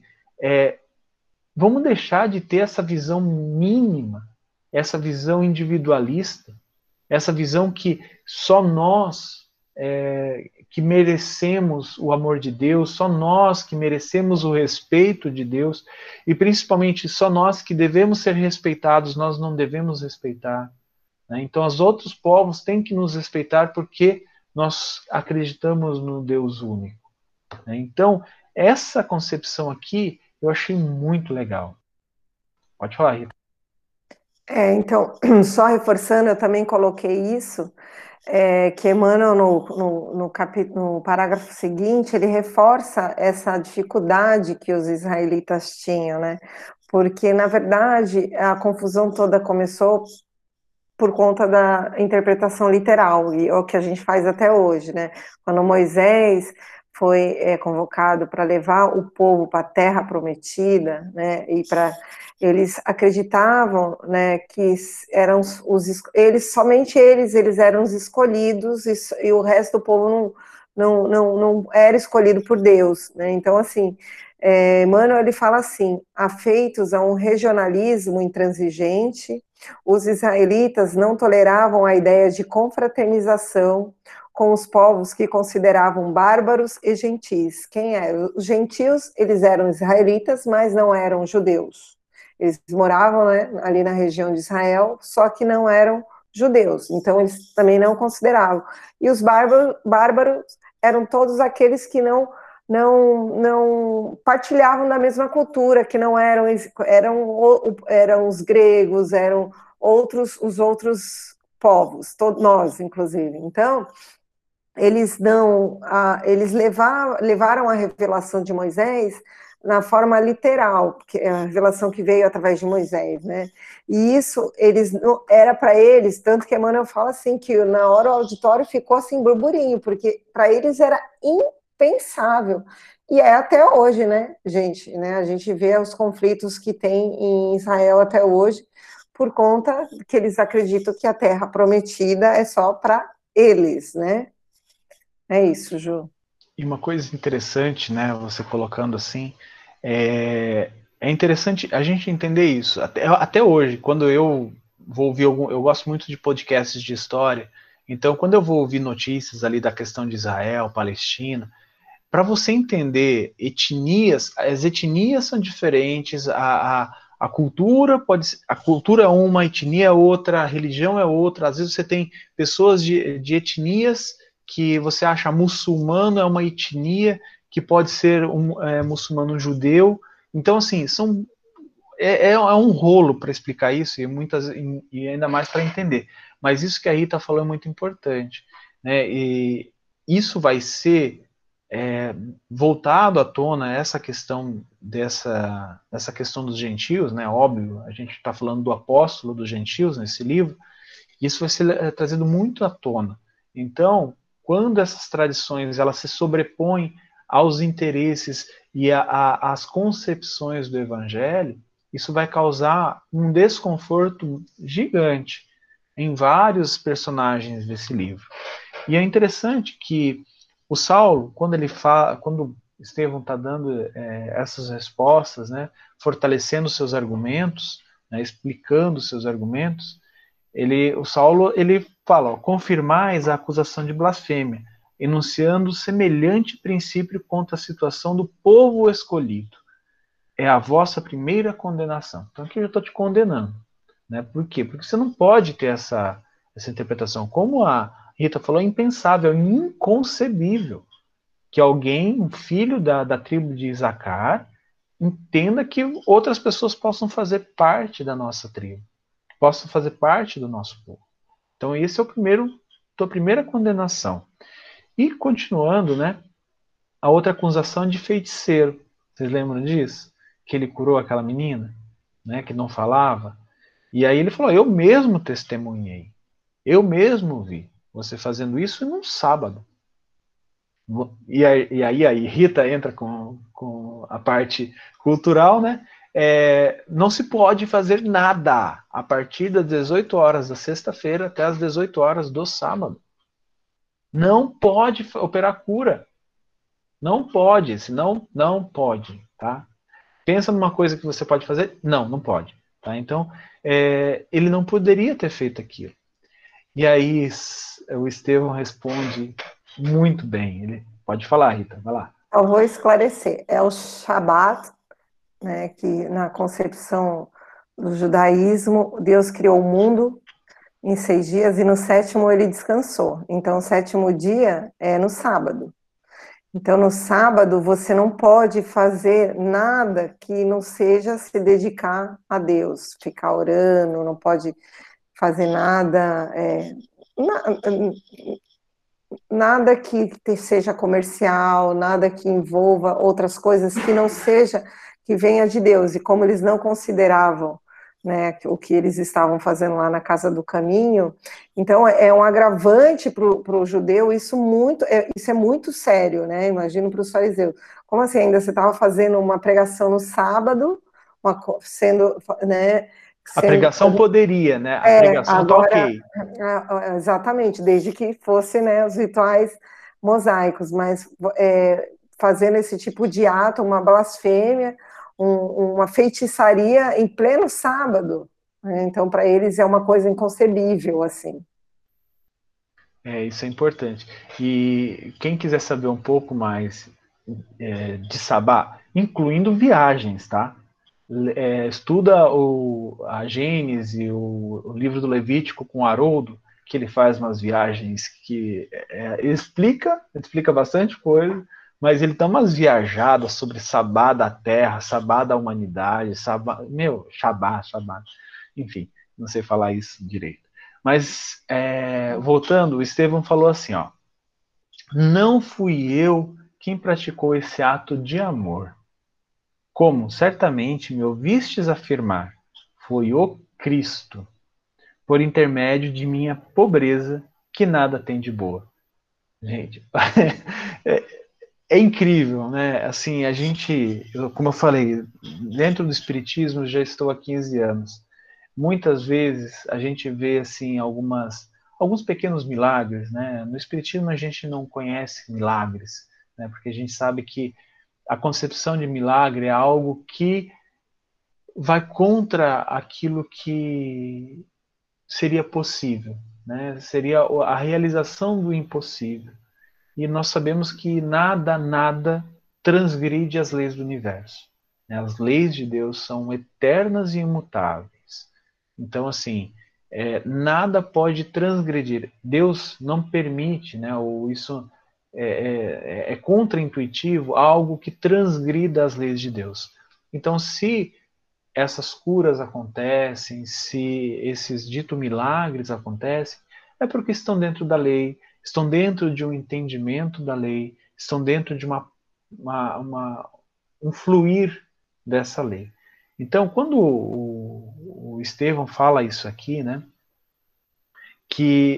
vamos deixar de ter essa visão mínima, essa visão individualista, essa visão que só nós que merecemos o amor de Deus, só nós que merecemos o respeito de Deus, e principalmente só nós que devemos ser respeitados, nós não devemos respeitar. Né? Então, os outros povos têm que nos respeitar porque nós acreditamos no Deus único. Né? Então, essa concepção aqui eu achei muito legal. Pode falar, Rita. Então, só reforçando, eu também coloquei isso, que Emmanuel, no parágrafo seguinte, ele reforça essa dificuldade que os israelitas tinham, né? porque, na verdade, a confusão toda começou por conta da interpretação literal, e é o que a gente faz até hoje, né? Quando Moisés foi convocado para levar o povo para a Terra Prometida, né? E para eles acreditavam, né, que eram somente eles eram os escolhidos e o resto do povo não era escolhido por Deus, né? Então, assim, Emmanuel, ele fala assim: afeitos a um regionalismo intransigente, os israelitas não toleravam a ideia de confraternização com os povos que consideravam bárbaros e gentis. Quem eram? Os gentios, eles eram israelitas, mas não eram judeus. Eles moravam, né, ali na região de Israel, só que não eram judeus, então eles também não consideravam. E os bárbaros eram todos aqueles que não partilhavam da mesma cultura, que não eram os gregos, eram os outros povos, todos nós, inclusive. Então, eles levaram a revelação de Moisés na forma literal, que é a revelação que veio através de Moisés, né? E isso era para eles, tanto que Emmanuel fala assim que na hora o auditório ficou assim burburinho, porque para eles era impensável. E é até hoje, né, gente? Né? A gente vê os conflitos que tem em Israel até hoje, por conta que eles acreditam que a terra prometida é só para eles, né? É isso, Ju. E uma coisa interessante, né, você colocando assim, é interessante a gente entender isso. Até hoje, quando eu vou ouvir eu gosto muito de podcasts de história, então quando eu vou ouvir notícias ali da questão de Israel, Palestina, para você entender etnias, as etnias são diferentes, a cultura a cultura é uma, a etnia é outra, a religião é outra. Às vezes você tem pessoas de etnias que você acha muçulmano é uma etnia que pode ser muçulmano judeu. Então, assim, é um rolo para explicar isso e ainda mais para entender. Mas isso que a Rita falou é muito importante, né? E isso vai ser voltado à tona essa questão dos gentios, né? Óbvio, a gente está falando do apóstolo dos gentios nesse livro. Isso vai ser trazido muito à tona. Então, quando essas tradições elas se sobrepõem aos interesses e às concepções do Evangelho, isso vai causar um desconforto gigante em vários personagens desse livro. E é interessante que o Saulo, quando Estevão está dando essas respostas, né, fortalecendo seus argumentos, né, explicando seus argumentos, o Saulo ele fala: ó, confirmais a acusação de blasfêmia, enunciando semelhante princípio contra a situação do povo escolhido. É a vossa primeira condenação. Então aqui eu estou te condenando. Né? Por quê? Porque você não pode ter essa interpretação. Como a Rita falou, é impensável, é inconcebível que alguém, um filho da tribo de Isacar, entenda que outras pessoas possam fazer parte da nossa tribo, possam fazer parte do nosso povo. Então, esse é a primeira condenação. E continuando, né? A outra acusação é de feiticeiro. Vocês lembram disso? Que ele curou aquela menina, né? Que não falava. E aí ele falou: eu mesmo testemunhei, eu mesmo vi você fazendo isso num sábado. E aí Rita entra com a parte cultural, né? Não se pode fazer nada a partir das 18 horas da sexta-feira até as 18 horas do sábado. Não pode operar cura. Não pode, senão não pode, tá? Pensa numa coisa que você pode fazer? Não, não pode. Tá? Então, ele não poderia ter feito aquilo. E aí o Estevão responde muito bem. Ele pode falar, Rita, vai lá. Eu vou esclarecer. É o Shabat, né, que na concepção do judaísmo, Deus criou o mundo em 6 dias e no sétimo ele descansou. Então, o sétimo dia é no sábado. Então, no sábado, você não pode fazer nada que não seja se dedicar a Deus, ficar orando, não pode fazer nada, nada que seja comercial, nada que envolva outras coisas que não seja que venha de Deus, e como eles não consideravam, né, o que eles estavam fazendo lá na Casa do Caminho, então é um agravante para o judeu, isso é muito sério, né, imagino para os fariseus, como assim, ainda você estava fazendo uma pregação no sábado, sendo, né, A pregação poderia, né? A pregação tá agora, ok. exatamente, desde que fosse, né, os rituais mosaicos, mas fazendo esse tipo de ato, uma blasfêmia, uma feitiçaria em pleno sábado, né? Então, para eles é uma coisa inconcebível, assim. Isso é importante. E quem quiser saber um pouco mais de Sabá, incluindo viagens, tá? Estuda a Gênese, o livro do Levítico com Haroldo, que ele faz umas viagens que explica bastante coisa, mas ele dá umas viajadas sobre Sabá da terra, Sabá da humanidade, Shabá, enfim, não sei falar isso direito. Mas, voltando, o Estevão falou assim, ó, não fui eu quem praticou esse ato de amor. Como certamente me ouvistes afirmar, foi o Cristo, por intermédio de minha pobreza, que nada tem de boa. Gente, é incrível, né? Assim, como eu falei, dentro do Espiritismo eu já estou há 15 anos. Muitas vezes a gente vê assim alguns pequenos milagres, né? No Espiritismo a gente não conhece milagres, né? Porque a gente sabe que a concepção de milagre é algo que vai contra aquilo que seria possível, né? Seria a realização do impossível. E nós sabemos que nada transgride as leis do universo. Né? As leis de Deus são eternas e imutáveis. Então, assim, nada pode transgredir. Deus não permite, né? Ou isso é contraintuitivo, algo que transgrida as leis de Deus. Então, se essas curas acontecem, se esses dito milagres acontecem, é porque estão dentro da lei, estão dentro de um entendimento da lei, estão dentro de um fluir dessa lei. Então, quando o Estevão fala isso aqui, né, que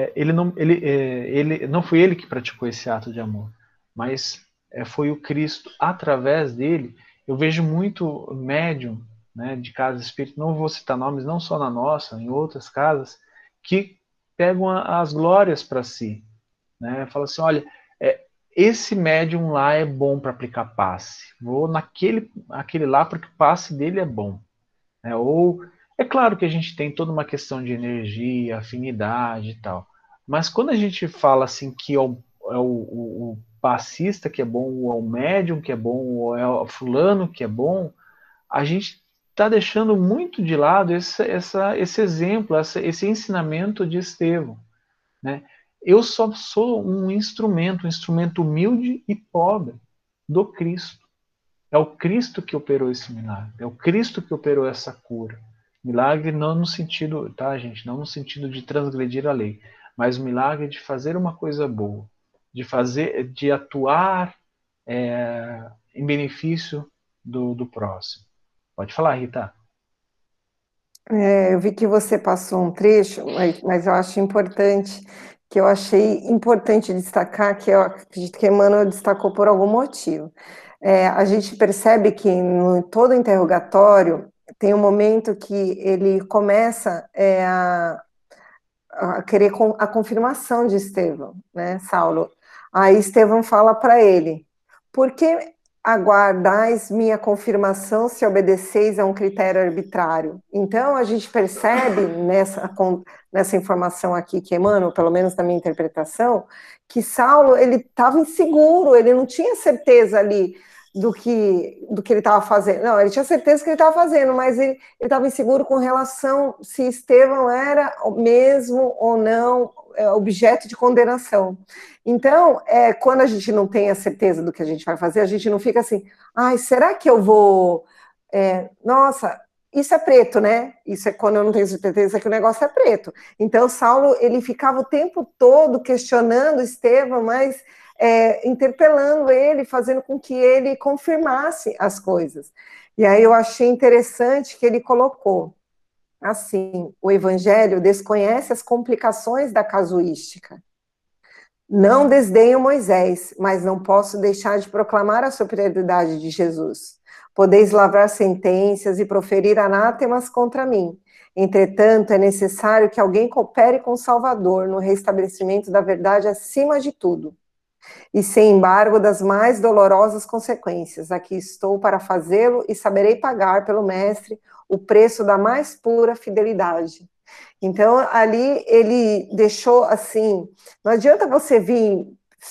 ele não foi ele que praticou esse ato de amor, mas foi o Cristo através dele. Eu vejo muito médium, né, de casas espíritas, não vou citar nomes, não só na nossa, em outras casas, que pegam as glórias para si, né? Fala assim, olha, esse médium lá é bom para aplicar passe. Vou aquele lá porque o passe dele é bom. Ou é claro que a gente tem toda uma questão de energia, afinidade e tal. Mas quando a gente fala assim que o passista que é bom, ou é o médium que é bom, ou é o fulano que é bom, a gente está deixando muito de lado esse exemplo, esse ensinamento de Estevão. Né? Eu só sou um instrumento humilde e pobre do Cristo. É o Cristo que operou esse milagre, é o Cristo que operou essa cura. Milagre não no sentido, tá, gente? Não no sentido de transgredir a lei, mas o milagre de fazer uma coisa boa, de atuar em benefício do próximo. Pode falar, Rita. Eu vi que você passou um trecho, mas eu acho importante, que eu achei importante destacar, que eu acredito que Emmanuel destacou por algum motivo. A gente percebe que em todo interrogatório tem um momento que ele começa a querer a confirmação de Estevão, né, Saulo? Aí Estevão fala para ele, por que aguardais minha confirmação se obedeceis a um critério arbitrário? Então, a gente percebe nessa informação aqui que Emmanuel, pelo menos na minha interpretação, que Saulo, ele estava inseguro, ele não tinha certeza ali do que ele estava fazendo. Não, ele tinha certeza que ele estava fazendo, mas ele estava inseguro com relação se Estevão era mesmo ou não objeto de condenação. Então, quando a gente não tem a certeza do que a gente vai fazer, a gente não fica assim, ai, será que eu vou... nossa, isso é preto, né? Isso é quando eu não tenho certeza que o negócio é preto. Então, Saulo, ele ficava o tempo todo questionando Estevão, mas interpelando ele, fazendo com que ele confirmasse as coisas. E aí eu achei interessante que ele colocou assim: o Evangelho desconhece as complicações da casuística. Não desdenho Moisés, mas não posso deixar de proclamar a superioridade de Jesus. Podeis lavrar sentenças e proferir anátemas contra mim. Entretanto, é necessário que alguém coopere com o Salvador no restabelecimento da verdade acima de tudo, e sem embargo das mais dolorosas consequências. Aqui estou para fazê-lo e saberei pagar pelo Mestre o preço da mais pura fidelidade. Então, ali ele deixou assim, não adianta você vir,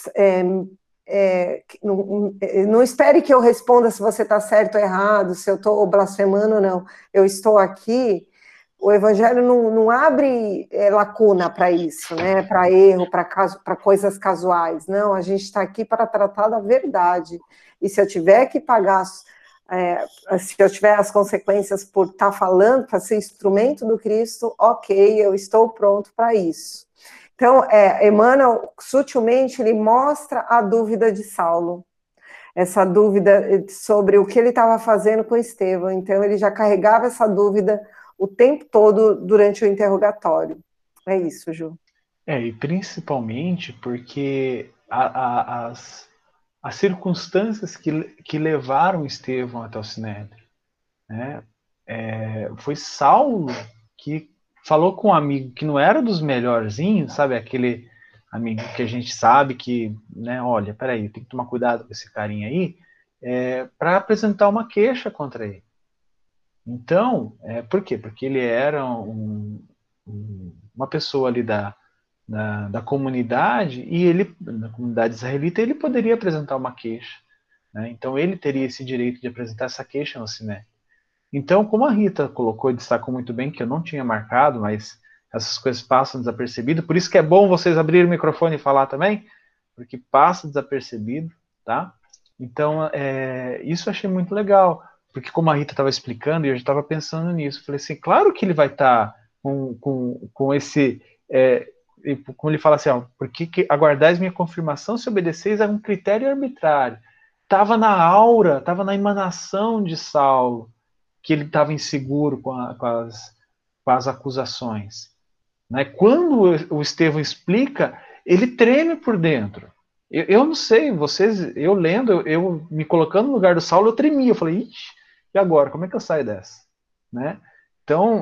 não espere que eu responda se você está certo ou errado, se eu estou blasfemando ou não. Eu estou aqui, o Evangelho não abre lacuna para isso, né? Para erro, para coisas casuais. Não, a gente está aqui para tratar da verdade. E se eu tiver que pagar... se eu tiver as consequências por estar falando, para ser instrumento do Cristo, ok, eu estou pronto para isso. Então, Emmanuel, sutilmente, ele mostra a dúvida de Saulo, essa dúvida sobre o que ele estava fazendo com Estevão. Então, ele já carregava essa dúvida o tempo todo durante o interrogatório. É isso, Ju. E principalmente porque as circunstâncias que levaram Estevão até o Sinédrio, né? Foi Saulo que falou com um amigo que não era dos melhorzinhos, sabe? Aquele amigo que a gente sabe que, né? Olha, peraí, tem que tomar cuidado com esse carinha aí, para apresentar uma queixa contra ele. Então, por quê? Porque ele era uma pessoa ali da comunidade, e ele, na comunidade israelita, ele poderia apresentar uma queixa, né? Então ele teria esse direito de apresentar essa queixa no Siné. Então, como a Rita colocou e destacou muito bem, que eu não tinha marcado, mas essas coisas passam desapercebido, por isso que é bom vocês abrirem o microfone e falar também, porque passa desapercebido, tá? Então, isso eu achei muito legal, porque como a Rita estava explicando, e eu já estava pensando nisso, falei assim, claro que ele vai estar com esse... como ele fala assim, porque aguardais minha confirmação se obedeceis a um critério arbitrário. Estava na aura, estava na emanação de Saulo, que ele estava inseguro com as acusações. Né? Quando o Estevão explica, ele treme por dentro. Eu não sei, eu lendo, eu me colocando no lugar do Saulo, eu tremia. Eu falei, ixi, e agora? Como é que eu saio dessa? Né? Então,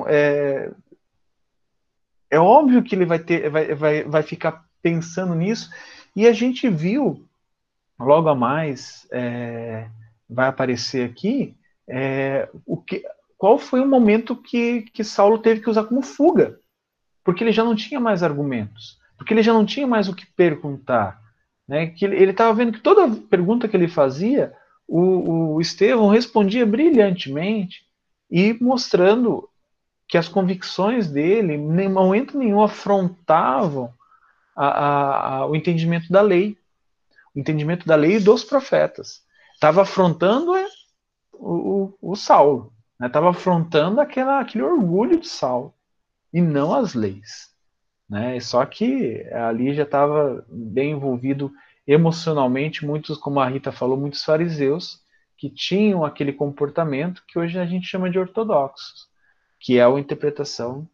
é óbvio que ele vai ficar pensando nisso, e a gente viu, logo a mais, vai aparecer aqui, qual foi o momento que Saulo teve que usar como fuga, porque ele já não tinha mais argumentos, porque ele já não tinha mais o que perguntar, né? Que ele estava vendo que toda pergunta que ele fazia, o Estevão respondia brilhantemente e mostrando que as convicções dele, em momento nenhum, afrontavam o entendimento da lei, o entendimento da lei e dos profetas. Estava afrontando o Saulo, estava afrontando aquele orgulho de Saulo, e não as leis. Né? Só que ali já estava bem envolvido emocionalmente, muitos, como a Rita falou, muitos fariseus que tinham aquele comportamento que hoje a gente chama de ortodoxos, que é a interpretação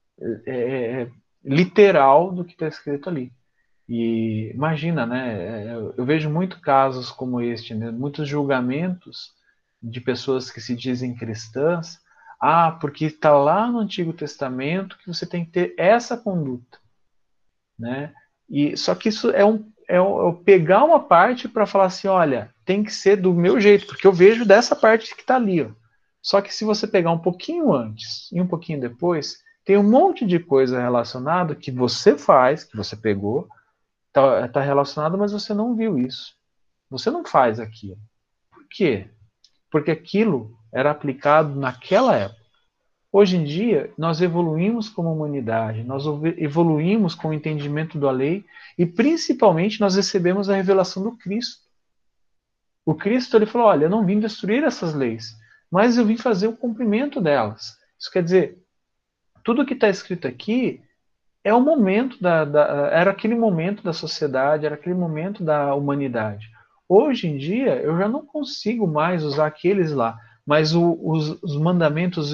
literal do que está escrito ali. E imagina, né? Eu vejo muitos casos como este, né? Muitos julgamentos de pessoas que se dizem cristãs. Porque está lá no Antigo Testamento que você tem que ter essa conduta, né? E só que isso é pegar uma parte para falar assim, olha, tem que ser do meu jeito, porque eu vejo dessa parte que está ali, ó. Só que se você pegar um pouquinho antes e um pouquinho depois, tem um monte de coisa relacionada que você faz, que você pegou, tá relacionado, mas você não viu isso. Você não faz aquilo. Por quê? Porque aquilo era aplicado naquela época. Hoje em dia, nós evoluímos como humanidade, nós evoluímos com o entendimento da lei e, principalmente, nós recebemos a revelação do Cristo. O Cristo, ele falou, olha, eu não vim destruir essas leis, mas eu vim fazer o cumprimento delas. Isso quer dizer, tudo que está escrito aqui é o momento era aquele momento da sociedade, era aquele momento da humanidade. Hoje em dia, eu já não consigo mais usar aqueles lá, mas os mandamentos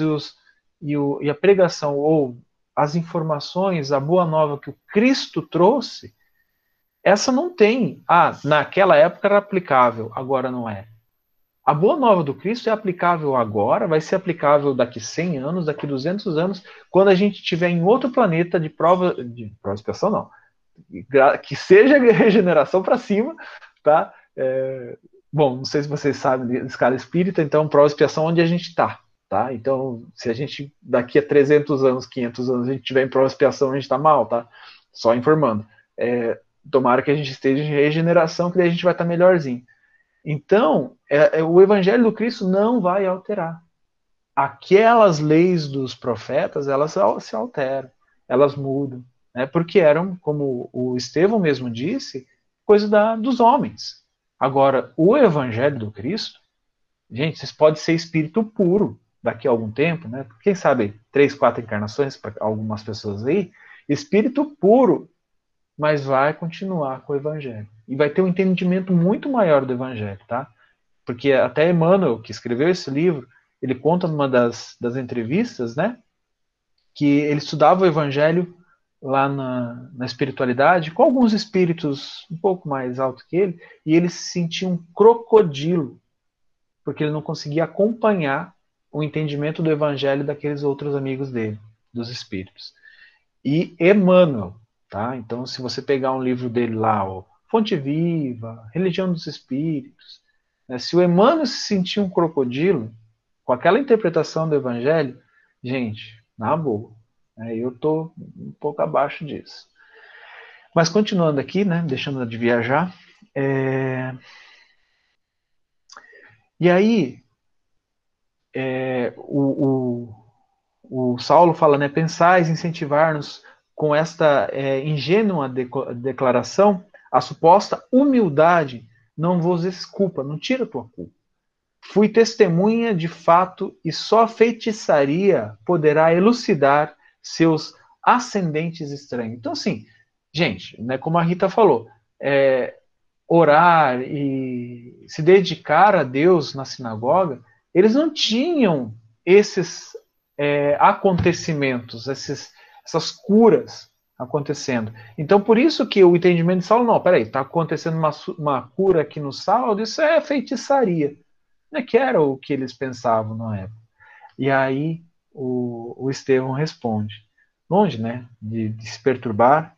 e a pregação, ou as informações, a boa nova que o Cristo trouxe, essa não tem. Ah, naquela época era aplicável, agora não é. A boa nova do Cristo é aplicável agora, vai ser aplicável daqui 100 anos, daqui 200 anos, quando a gente estiver em outro planeta de prova expiação, não, que seja regeneração para cima, tá? Bom, não sei se vocês sabem de escala espírita, então prova expiação onde a gente está, tá? Então, se a gente daqui a 300 anos, 500 anos, a gente tiver em prova expiação, a gente está mal, tá? Só informando. Tomara que a gente esteja em regeneração, que daí a gente vai estar melhorzinho. Então, o Evangelho do Cristo não vai alterar. Aquelas leis dos profetas, elas se alteram, elas mudam, né? Porque eram, como o Estevão mesmo disse, coisa dos homens. Agora, o Evangelho do Cristo, gente, vocês podem ser espírito puro daqui a algum tempo, né? Quem sabe 3, 4 encarnações para algumas pessoas aí, espírito puro, mas vai continuar com o Evangelho. E vai ter um entendimento muito maior do Evangelho, tá? Porque até Emmanuel, que escreveu esse livro, ele conta numa das entrevistas, né? Que ele estudava o Evangelho lá na espiritualidade, com alguns espíritos um pouco mais altos que ele, e ele se sentia um crocodilo, porque ele não conseguia acompanhar o entendimento do Evangelho daqueles outros amigos dele, dos espíritos. E Emmanuel, tá? Então, se você pegar um livro dele lá, ó, Fonte Viva, Religião dos Espíritos, né, se o Emmanuel se sentir um crocodilo, com aquela interpretação do Evangelho, gente, na boa, né, eu estou um pouco abaixo disso. Mas continuando aqui, né, deixando de viajar, e aí o Saulo fala, né, pensais incentivar-nos com esta ingênua declaração, a suposta humildade não vos desculpa, não tira a tua culpa. Fui testemunha de fato e só a feitiçaria poderá elucidar seus ascendentes estranhos. Então, assim, gente, né, como a Rita falou, orar e se dedicar a Deus na sinagoga, eles não tinham esses acontecimentos, essas curas acontecendo. Então, por isso que o entendimento de Saulo, não, peraí, está acontecendo uma cura aqui no Saulo, isso é feitiçaria. Né, que era o que eles pensavam na época. E aí o Estevão responde. Longe, né, de se perturbar,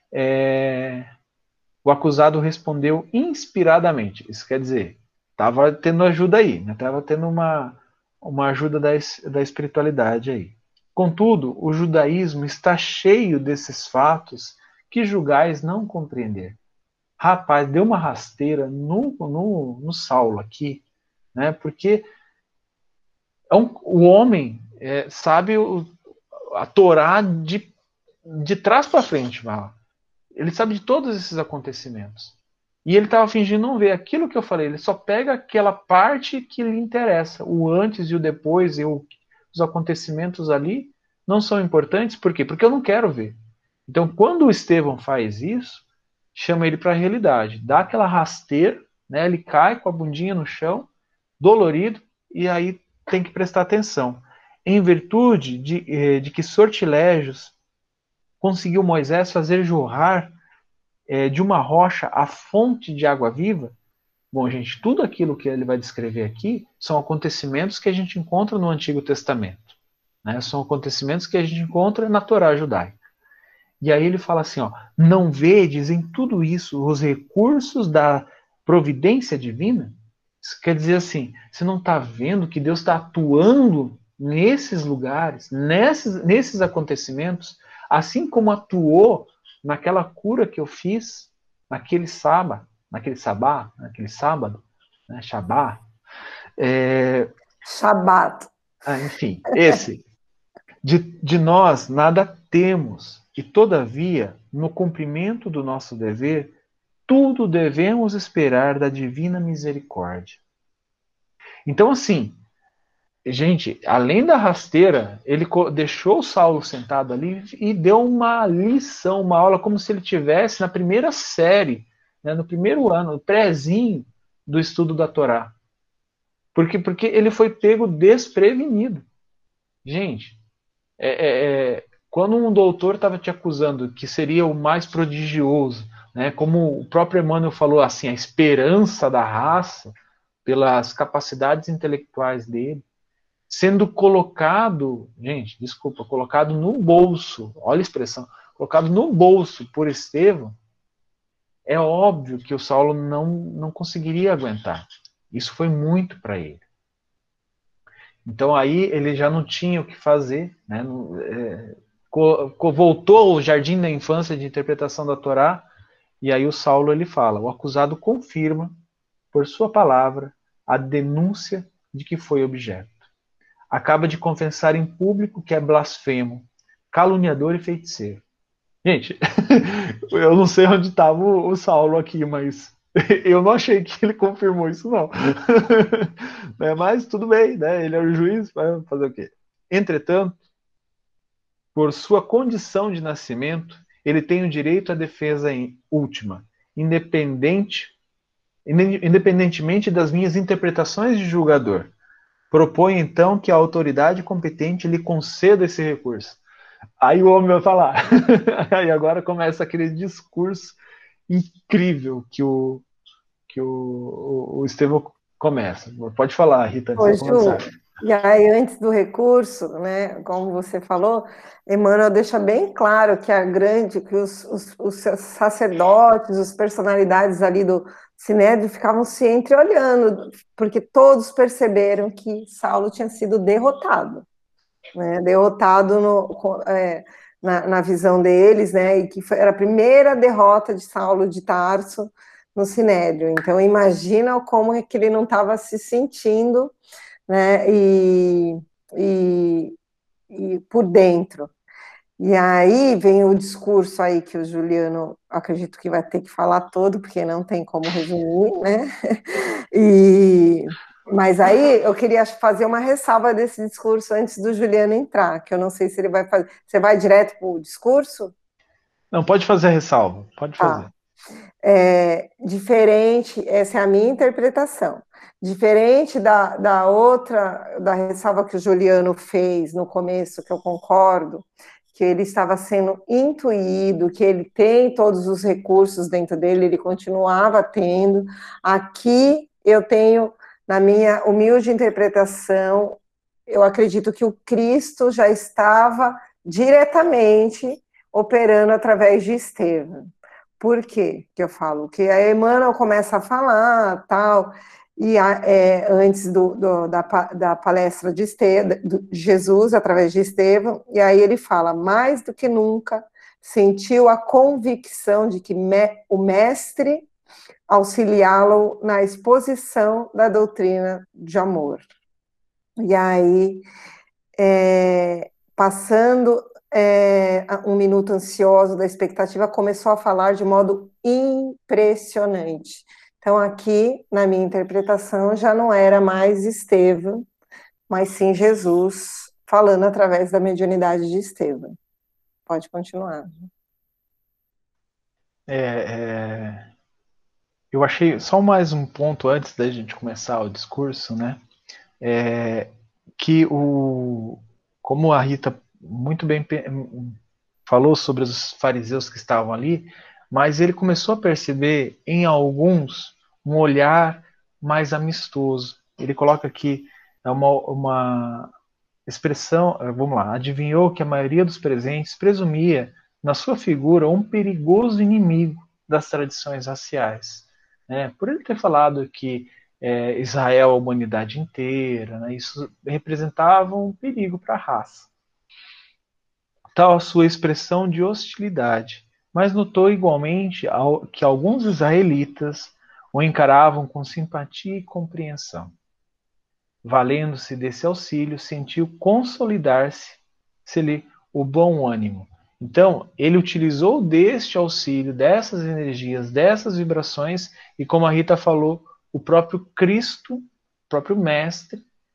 o acusado respondeu inspiradamente. Isso quer dizer, estava tendo ajuda aí, estava tendo uma ajuda da espiritualidade aí. Contudo, o judaísmo está cheio desses fatos que julgais não compreender. Rapaz, deu uma rasteira no Saulo aqui, né? Porque o homem sabe a Torá de trás para frente. Ele sabe de todos esses acontecimentos. E ele estava fingindo não ver aquilo que eu falei. Ele só pega aquela parte que lhe interessa. O antes e o depois e os acontecimentos ali não são importantes. Por quê? Porque eu não quero ver. Então, quando o Estevão faz isso, chama ele para a realidade. Dá aquela rasteira, né? Ele cai com a bundinha no chão, dolorido, e aí tem que prestar atenção. Em virtude de que sortilégios conseguiu Moisés fazer jorrar de uma rocha a fonte de água viva? Bom, gente, tudo aquilo que ele vai descrever aqui são acontecimentos que a gente encontra no Antigo Testamento. Né? São acontecimentos que a gente encontra na Torá judaica. E aí ele fala assim, ó, não vedes em tudo isso os recursos da providência divina? Isso quer dizer assim, você não está vendo que Deus está atuando nesses lugares, nesses acontecimentos, assim como atuou naquela cura que eu fiz naquele sábado, naquele sábado, né, Shabá, Shabat. enfim, esse. De nós nada temos, e todavia, no cumprimento do nosso dever, tudo devemos esperar da divina misericórdia. Então, assim, gente, além da rasteira, ele deixou o Saulo sentado ali e deu uma lição, uma aula, como se ele tivesse na primeira série, né, no primeiro ano, no prézinho do estudo da Torá. Porque ele foi pego desprevenido. Gente, quando um doutor estava te acusando que seria o mais prodigioso, né, como o próprio Emmanuel falou, assim, a esperança da raça, pelas capacidades intelectuais dele, sendo colocado, gente, desculpa, colocado no bolso, olha a expressão, colocado no bolso por Estevão, é óbvio que o Saulo não conseguiria aguentar. Isso foi muito para ele. Então aí ele já não tinha o que fazer, né? Voltou ao jardim da infância de interpretação da Torá, e aí o Saulo ele fala: o acusado confirma, por sua palavra, a denúncia de que foi objeto. Acaba de confessar em público que é blasfemo, caluniador e feiticeiro. Gente, eu não sei onde estava o Saulo aqui, mas eu não achei que ele confirmou isso, não. Mas tudo bem, né? Ele é o juiz, vai fazer o quê? Entretanto, por sua condição de nascimento, ele tem o direito à defesa última, independentemente das minhas interpretações de julgador. Propõe então que a autoridade competente lhe conceda esse recurso. Aí o homem vai falar. Aí agora começa aquele discurso incrível que o Estevão começa. Pode falar, Rita, antes Ô, de eu Ju, começar. e aí antes do recurso, né, como você falou, Emmanuel deixa bem claro que que os sacerdotes, as personalidades ali do Sinédrio ficavam se entreolhando, porque todos perceberam que Saulo tinha sido derrotado, né, derrotado na visão deles, né, e que era a primeira derrota de Saulo de Tarso no Sinédrio. Então imagina como é que ele não estava se sentindo, né, e, e por dentro. E aí vem o discurso aí que o Juliano, acredito que vai ter que falar todo, porque não tem como resumir, né? Mas aí eu queria fazer uma ressalva desse discurso antes do Juliano entrar, que eu não sei se ele vai fazer. Você vai direto para o discurso? Não, pode fazer a ressalva. Pode Tá. fazer. Diferente, essa é a minha interpretação. Diferente da outra, da ressalva que o Juliano fez no começo, que eu concordo, que ele estava sendo intuído, que ele tem todos os recursos dentro dele, ele continuava tendo. Aqui eu tenho, na minha humilde interpretação, eu acredito que o Cristo já estava diretamente operando através de Estevão. Por quê que eu falo? Que a Emmanuel começa a falar, tal, e antes da palestra de Jesus, através de Estevão, e aí ele fala, mais do que nunca, sentiu a convicção de que o mestre auxiliá-lo na exposição da doutrina de amor. E aí, passando um minuto ansioso da expectativa, começou a falar de modo impressionante. Então, aqui, na minha interpretação, já não era mais Estevão, mas sim Jesus falando através da mediunidade de Estevão. Pode continuar. Eu achei só mais um ponto antes da gente começar o discurso, né? Que como a Rita muito bem falou sobre os fariseus que estavam ali, mas ele começou a perceber em alguns um olhar mais amistoso. Ele coloca aqui uma expressão, vamos lá, adivinhou que a maioria dos presentes presumia na sua figura um perigoso inimigo das tradições raciais. Né? Por ele ter falado que Israel a humanidade inteira, né? Isso representava um perigo para a raça. Tal a sua expressão de hostilidade, mas notou igualmente que alguns israelitas o encaravam com simpatia e compreensão. Valendo-se desse auxílio, sentiu consolidar-se-lhe o bom ânimo. Então, ele utilizou deste auxílio, dessas energias, dessas vibrações, e como a Rita falou, o próprio Cristo, o próprio Mestre,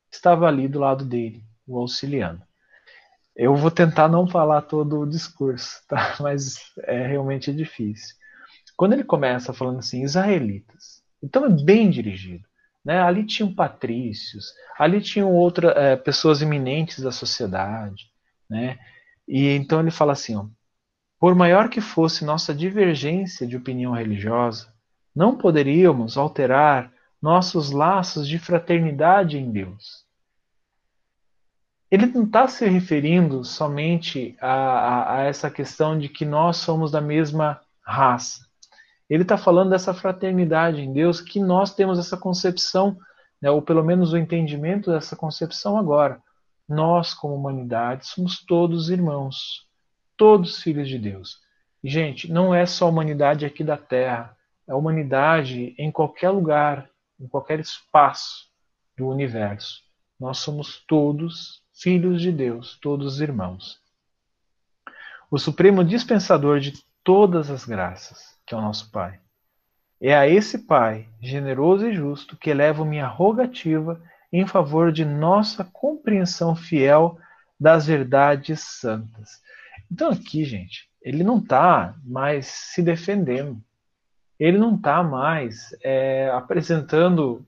estava ali do lado dele, o auxiliando. Eu vou tentar não falar todo o discurso, tá? Mas realmente é difícil. Quando ele começa falando assim, israelitas, então é bem dirigido. Né? Ali tinham patrícios, ali tinham outras pessoas eminentes da sociedade. Né? E então ele fala assim, ó, por maior que fosse nossa divergência de opinião religiosa, não poderíamos alterar nossos laços de fraternidade em Deus. Ele não está se referindo somente a essa questão de que nós somos da mesma raça. Ele está falando dessa fraternidade em Deus, que nós temos essa concepção, né, ou pelo menos o entendimento dessa concepção agora. Nós, como humanidade, somos todos irmãos, todos filhos de Deus. E, gente, não é só a humanidade aqui da Terra, é a humanidade em qualquer lugar, em qualquer espaço do universo. Nós somos todos filhos de Deus, todos irmãos. O Supremo Dispensador de todas as graças, que é o nosso Pai. É a esse Pai, generoso e justo, que elevo minha rogativa em favor de nossa compreensão fiel das verdades santas. Então aqui, gente, ele não está mais se defendendo. Ele não está mais apresentando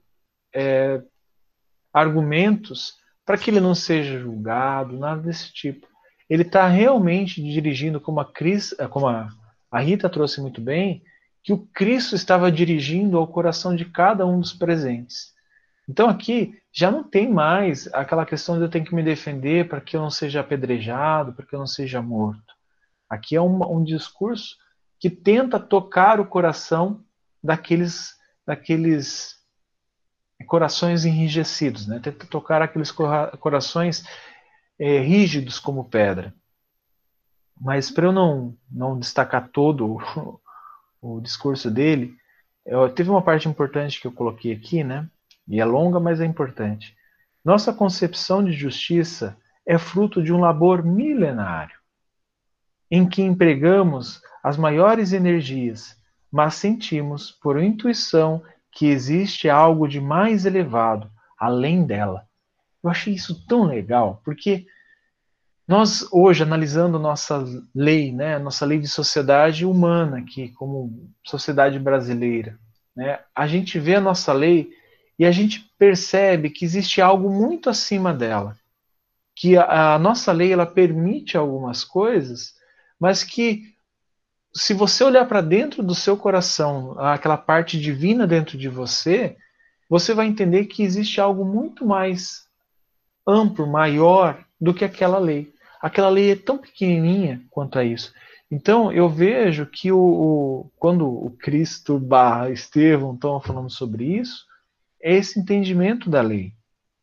argumentos para que ele não seja julgado, nada desse tipo. Ele está realmente dirigindo, como a Rita trouxe muito bem, que o Cristo estava dirigindo ao coração de cada um dos presentes. Então aqui já não tem mais aquela questão de eu ter que me defender para que eu não seja apedrejado, para que eu não seja morto. Aqui é um discurso que tenta tocar o coração daqueles corações enrijecidos, né? Tenta tocar aqueles corações rígidos como pedra. Mas para eu não destacar todo o discurso dele, teve uma parte importante que eu coloquei aqui, né? E é longa, mas é importante. Nossa concepção de justiça é fruto de um labor milenário, em que empregamos as maiores energias, mas sentimos, por intuição, que existe algo de mais elevado, além dela. Eu achei isso tão legal, porque nós hoje, analisando nossa lei, né, nossa lei de sociedade humana aqui, como sociedade brasileira, né, a gente vê a nossa lei e a gente percebe que existe algo muito acima dela, que a nossa lei ela permite algumas coisas, mas que se você olhar para dentro do seu coração, aquela parte divina dentro de você, você vai entender que existe algo muito mais amplo, maior do que aquela lei. Aquela lei é tão pequenininha quanto a isso. Então, eu vejo que quando o Cristo barra Estevão estão falando sobre isso, é esse entendimento da lei.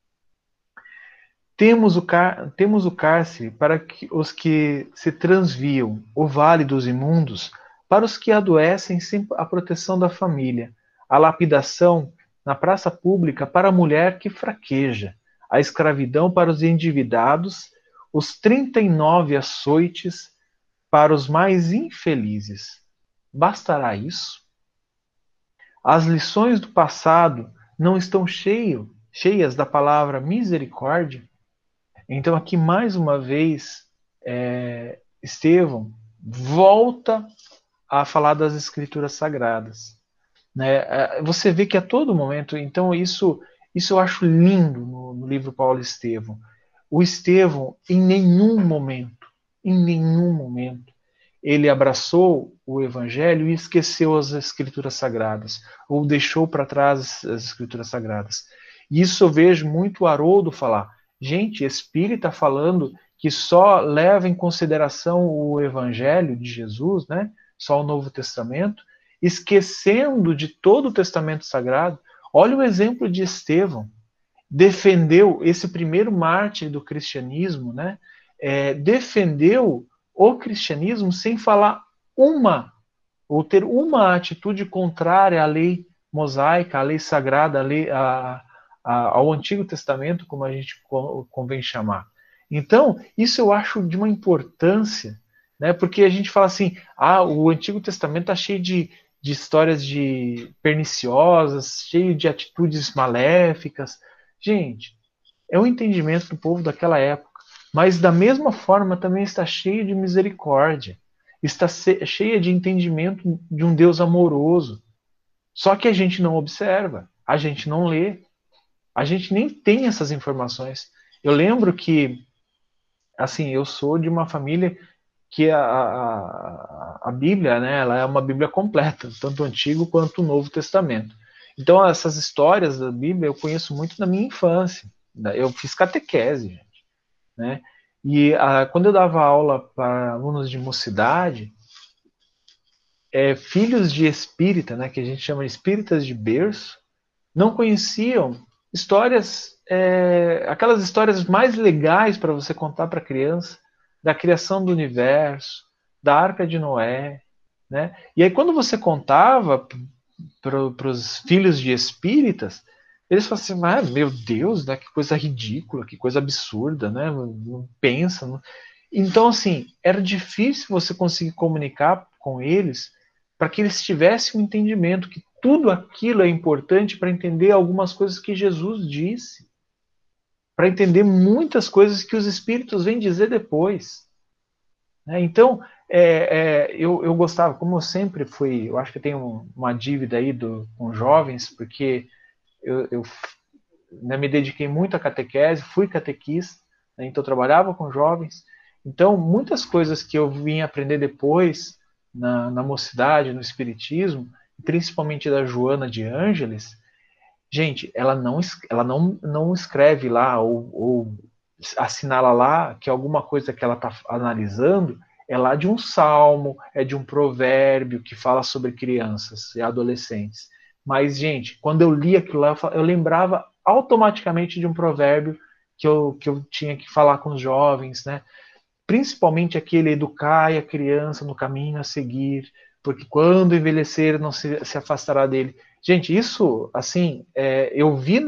Temos o cárcere para os que se transviam, o vale dos imundos, para os que adoecem sem a proteção da família, a lapidação na praça pública para a mulher que fraqueja, a escravidão para os endividados, os 39 açoites para os mais infelizes. Bastará isso? As lições do passado não estão cheias da palavra misericórdia? Então, aqui mais uma vez, Estevão volta a falar das Escrituras Sagradas. Né? Você vê que a todo momento, então isso eu acho lindo no livro Paulo Estevão. O Estevão, em nenhum momento, ele abraçou o Evangelho e esqueceu as Escrituras Sagradas, ou deixou para trás as Escrituras Sagradas. E isso eu vejo muito o Haroldo falar. Gente, espírita falando que só leva em consideração o Evangelho de Jesus, né? Só o Novo Testamento, esquecendo de todo o Testamento Sagrado. Olha o exemplo de Estevão. Defendeu esse primeiro mártir do cristianismo, né? Defendeu o cristianismo sem falar ou ter uma atitude contrária à lei mosaica, à lei sagrada, ao Antigo Testamento, como a gente convém chamar. Então, isso eu acho de uma importância, né? Porque a gente fala assim, o Antigo Testamento está cheio de histórias perniciosas, cheio de atitudes maléficas. Gente, É o entendimento do povo daquela época. Mas da mesma forma também está cheio de misericórdia. Está cheia de entendimento de um Deus amoroso. Só que a gente não observa, a gente não lê, a gente nem tem essas informações. Eu lembro que, assim, eu sou de uma família que a Bíblia, né, ela é uma Bíblia completa, tanto o Antigo quanto o Novo Testamento. Então, essas histórias da Bíblia eu conheço muito da minha infância. Eu fiz catequese, gente, né? E quando eu dava aula para alunos de mocidade, filhos de espírita, né, que a gente chama de espíritas de berço, não conheciam histórias, aquelas histórias mais legais para você contar para a criança, da criação do universo, da Arca de Noé, né? E aí quando você contava para os filhos de espíritas, eles falavam assim, meu Deus, né, que coisa ridícula, que coisa absurda, né? Não pensa. Não... Então, assim, era difícil você conseguir comunicar com eles para que eles tivessem um entendimento que tudo aquilo é importante para entender algumas coisas que Jesus disse, para entender muitas coisas que os espíritos vêm dizer depois. Né? Então, eu gostava, como eu sempre fui, eu acho que eu tenho uma dívida aí com jovens, porque eu né, me dediquei muito à catequese, fui catequista, né, então eu trabalhava com jovens. Então, muitas coisas que eu vim aprender depois, na mocidade, no espiritismo, principalmente da Joana de Ângeles, gente, ela não escreve lá ou assinala lá que alguma coisa que ela está analisando é lá de um salmo, é de um provérbio que fala sobre crianças e adolescentes. Mas, gente, quando eu li aquilo lá, eu lembrava automaticamente de um provérbio que eu tinha que falar com os jovens, né? Principalmente aquele educai a criança no caminho a seguir, porque quando envelhecer não se afastará dele. Gente, isso, assim, eu vi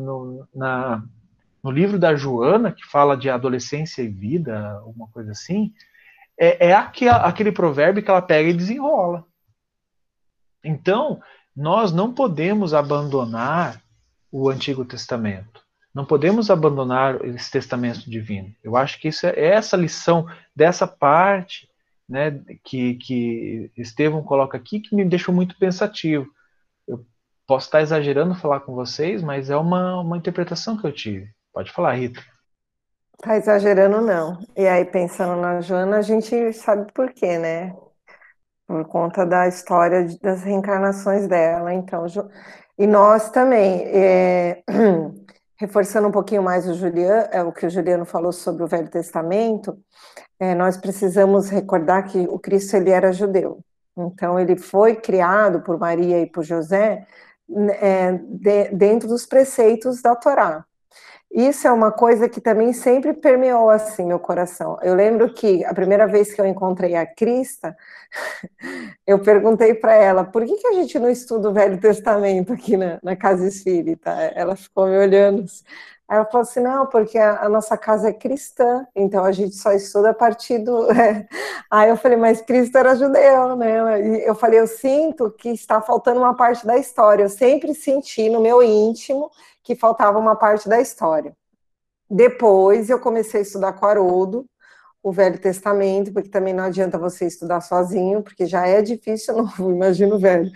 no livro da Joana, que fala de adolescência e vida, alguma coisa assim, aquele provérbio que ela pega e desenrola. Então, nós não podemos abandonar o Antigo Testamento. Não podemos abandonar esse testamento divino. Eu acho que isso é essa lição dessa parte, né, que Estevão coloca aqui que me deixou muito pensativo. Eu posso estar exagerando falar com vocês, mas é uma interpretação que eu tive. Pode falar, Rita. Tá exagerando, não. E aí, pensando na Joana, a gente sabe por quê, né? Por conta da história das reencarnações dela. Então, e nós também, reforçando um pouquinho mais o que o Juliano falou sobre o Velho Testamento, nós precisamos recordar que o Cristo ele era judeu. Então, ele foi criado por Maria e por José dentro dos preceitos da Torá. Isso é uma coisa que também sempre permeou assim meu coração. Eu lembro que a primeira vez que eu encontrei a Crista, eu perguntei para ela por que a gente não estuda o Velho Testamento aqui na casa espírita. Ela ficou me olhando. Aí ela falou assim: não, porque a nossa casa é cristã, então a gente só estuda a partir do. Aí eu falei: mas Cristo era judeu, né? E eu falei: eu sinto que está faltando uma parte da história. Eu sempre senti no meu íntimo que faltava uma parte da história. Depois eu comecei a estudar com Haroldo o Velho Testamento, porque também não adianta você estudar sozinho, porque já é difícil, não imagino o velho.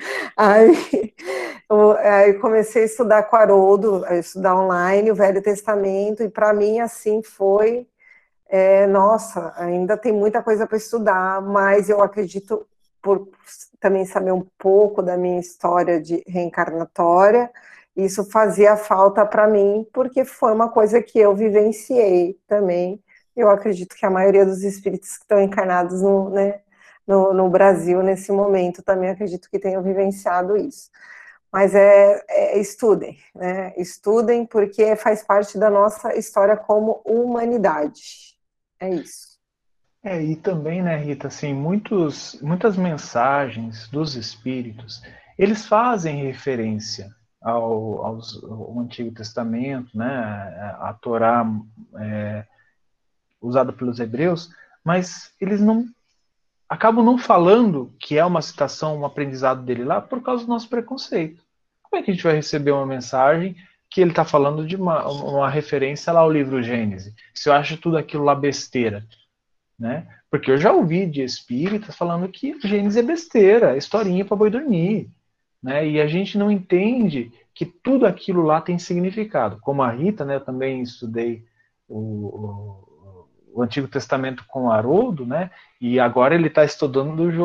Aí comecei a estudar com Haroldo, a estudar online o Velho Testamento, e para mim assim foi, nossa, ainda tem muita coisa para estudar, mas eu acredito, por também saber um pouco da minha história de reencarnatória, isso fazia falta para mim, porque foi uma coisa que eu vivenciei também. Eu acredito que a maioria dos espíritos que estão encarnados no Brasil nesse momento também acredito que tenham vivenciado isso. Mas estudem, né? Estudem porque faz parte da nossa história como humanidade. É isso. E também, né, Rita, assim, muitas mensagens dos espíritos, eles fazem referência ao Antigo Testamento, né, a Torá usada pelos hebreus, mas eles não acabam não falando que é uma citação, um aprendizado dele lá, por causa do nosso preconceito. Como é que a gente vai receber uma mensagem que ele está falando de uma referência lá ao livro Gênesis, se eu acho tudo aquilo lá besteira, né? Porque eu já ouvi de espíritas falando que Gênesis é besteira, é historinha para boi dormir, né? E a gente não entende que tudo aquilo lá tem significado. Como a Rita, né? Eu também estudei o Antigo Testamento com Haroldo, né? E agora ele está estudando do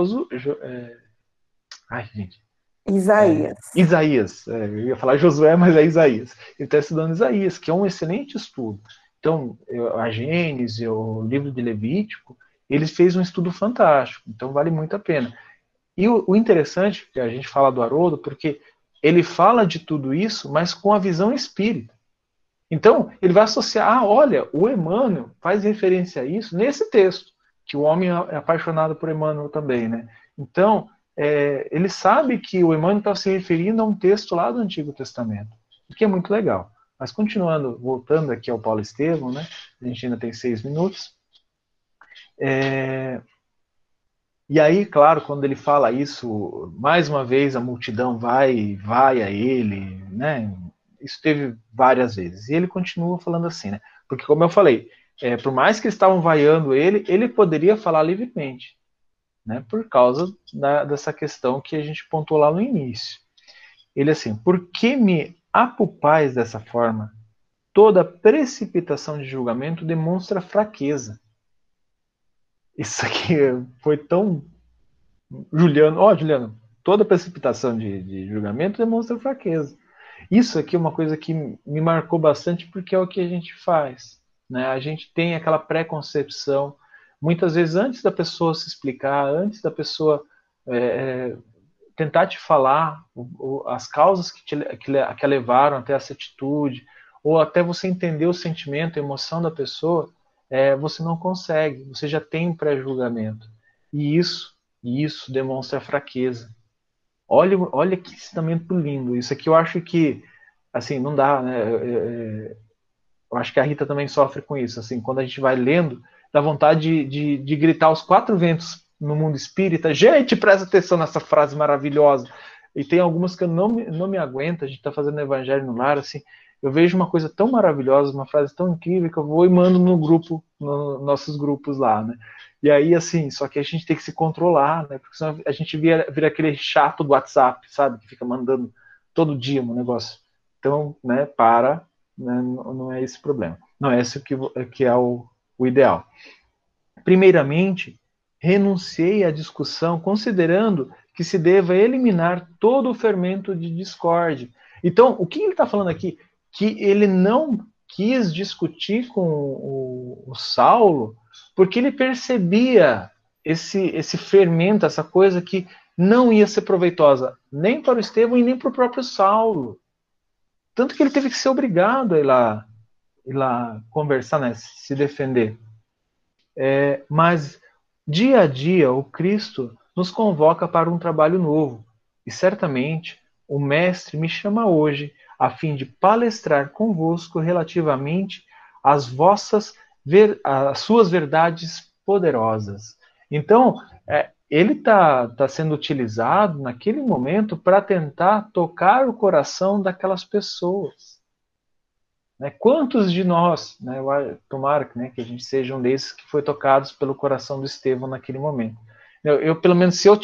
ai, gente. Isaías. Isaías. Eu ia falar Josué, mas é Isaías. Ele está estudando Isaías, que é um excelente estudo. Então, a Gênesis, o livro de Levítico, ele fez um estudo fantástico. Então, vale muito a pena. E o interessante, que a gente fala do Haroldo, porque ele fala de tudo isso, mas com a visão espírita. Então, ele vai associar, olha, o Emmanuel faz referência a isso nesse texto, que o homem é apaixonado por Emmanuel também, né? Então, ele sabe que o Emmanuel está se referindo a um texto lá do Antigo Testamento, o que é muito legal. Mas continuando, voltando aqui ao Paulo Estevam, né? A gente ainda tem 6 minutos. E aí, claro, quando ele fala isso, mais uma vez a multidão vai a ele, né? Isso teve várias vezes. E ele continua falando assim, né? Porque, como eu falei, por mais que eles estavam vaiando ele, ele poderia falar livremente, né? Por causa dessa questão que a gente pontuou lá no início. Ele assim, por que me apupais dessa forma? Toda precipitação de julgamento demonstra fraqueza. Isso aqui foi tão Juliano, Juliano, toda precipitação de julgamento demonstra fraqueza. Isso aqui é uma coisa que me marcou bastante porque é o que a gente faz, né? A gente tem aquela preconcepção, muitas vezes antes da pessoa se explicar, antes da pessoa tentar te falar as causas que a levaram até essa atitude, ou até você entender o sentimento, a emoção da pessoa, você não consegue, você já tem um pré-julgamento. E isso demonstra fraqueza. Olha que ensinamento lindo. Isso aqui eu acho que, assim, não dá, né? Eu acho que a Rita também sofre com isso. Assim, quando a gente vai lendo, dá vontade de gritar aos quatro ventos no mundo espírita. Gente, presta atenção nessa frase maravilhosa. E tem algumas que eu não me aguento. A gente está fazendo Evangelho no Lar, assim. Eu vejo uma coisa tão maravilhosa, uma frase tão incrível, que eu vou e mando no grupo, nos nossos grupos lá, né? E aí, assim, só que a gente tem que se controlar, né? Porque senão a gente vira aquele chato do WhatsApp, sabe? Que fica mandando todo dia um negócio. Então, né, né, não é esse o problema. Não é esse que é o ideal. Primeiramente, renunciei à discussão, considerando que se deva eliminar todo o fermento de discórdia. Então, o que ele está falando aqui? Que ele não quis discutir com o Saulo, porque ele percebia esse fermento, essa coisa que não ia ser proveitosa nem para o Estevão e nem para o próprio Saulo. Tanto que ele teve que ser obrigado a ir lá conversar, né, se defender. Mas, dia a dia, o Cristo nos convoca para um trabalho novo. E certamente o Mestre me chama hoje a fim de palestrar convosco relativamente às às suas verdades poderosas. Então, ele está sendo utilizado naquele momento para tentar tocar o coração daquelas pessoas. Né? Quantos de nós, né, tomara né, que a gente seja um desses que foi tocados pelo coração do Estevão naquele momento. Pelo menos, se eu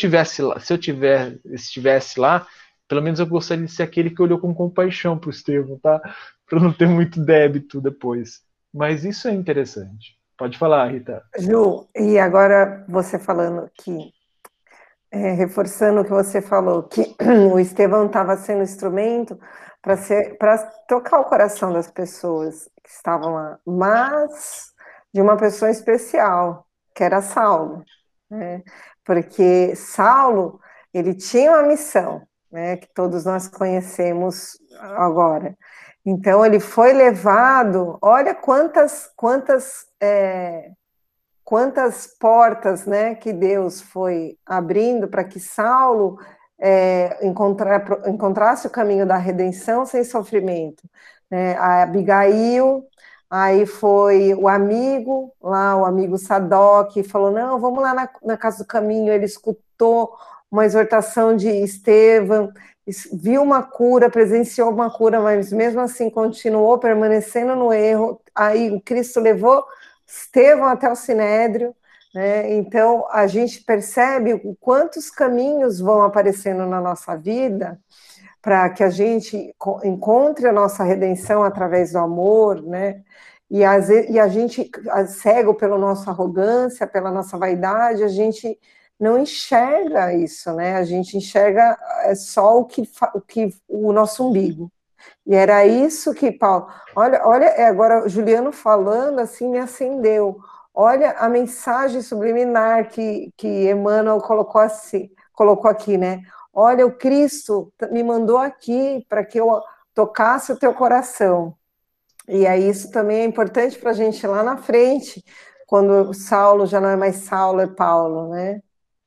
estivesse lá, pelo menos eu gostaria de ser aquele que olhou com compaixão para o Estevão, tá? Para não ter muito débito depois. Mas isso é interessante. Pode falar, Rita. Ju, e agora você falando que, reforçando o que você falou, que o Estevão estava sendo instrumento para tocar o coração das pessoas que estavam lá, mas de uma pessoa especial, que era Saulo, né? Porque Saulo, ele tinha uma missão, né, que todos nós conhecemos agora. Então ele foi levado, olha quantas portas, né, que Deus foi abrindo para que Saulo encontrasse o caminho da redenção sem sofrimento. Né? A Abigail, aí foi o amigo, lá o amigo Sadoc, falou, não, vamos lá na casa do caminho, ele escutou uma exortação de Estevão, viu uma cura, presenciou uma cura, mas mesmo assim continuou permanecendo no erro. Aí o Cristo levou Estevão até o Sinédrio, né? Então a gente percebe quantos caminhos vão aparecendo na nossa vida para que a gente encontre a nossa redenção através do amor, né? E a gente, cego pela nossa arrogância, pela nossa vaidade, a gente não enxerga isso, né? A gente enxerga só o nosso umbigo. E era isso que Paulo. Olha, agora Juliano falando assim me acendeu. Olha a mensagem subliminar que Emmanuel colocou aqui, né? Olha, o Cristo me mandou aqui para que eu tocasse o teu coração. E aí isso também é importante para a gente lá na frente, quando Saulo já não é mais Saulo, é Paulo, né?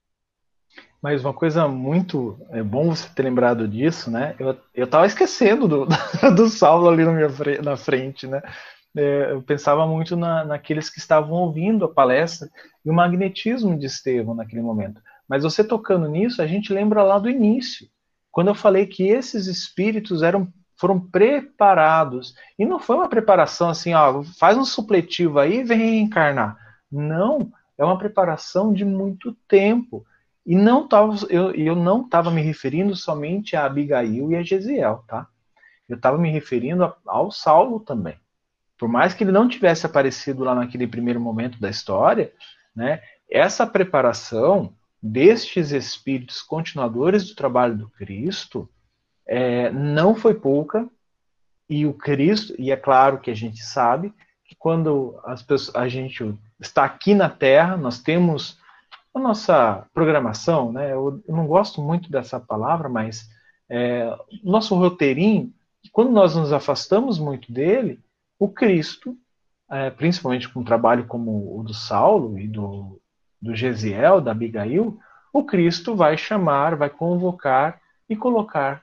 Mas uma coisa muito bom você ter lembrado disso, né? Eu tava esquecendo do Saulo ali na frente, né? Eu pensava muito naqueles que estavam ouvindo a palestra e o magnetismo de Estevão naquele momento. Mas você tocando nisso, a gente lembra lá do início, quando eu falei que esses espíritos foram preparados. E não foi uma preparação assim, ó, faz um supletivo aí e vem reencarnar. Não, é uma preparação de muito tempo. E eu não estava me referindo somente a Abigail e a Gesiel, tá? Eu estava me referindo ao Saulo também. Por mais que ele não tivesse aparecido lá naquele primeiro momento da história, né? Essa preparação destes espíritos continuadores do trabalho do Cristo não foi pouca, e o Cristo, e é claro que a gente sabe que quando a gente está aqui na Terra, nós temos a nossa programação, né? Eu não gosto muito dessa palavra, mas nosso roteirinho, quando nós nos afastamos muito dele, o Cristo, principalmente com um trabalho como o do Saulo e do Gesiel, da Abigail, o Cristo vai chamar, vai convocar e colocar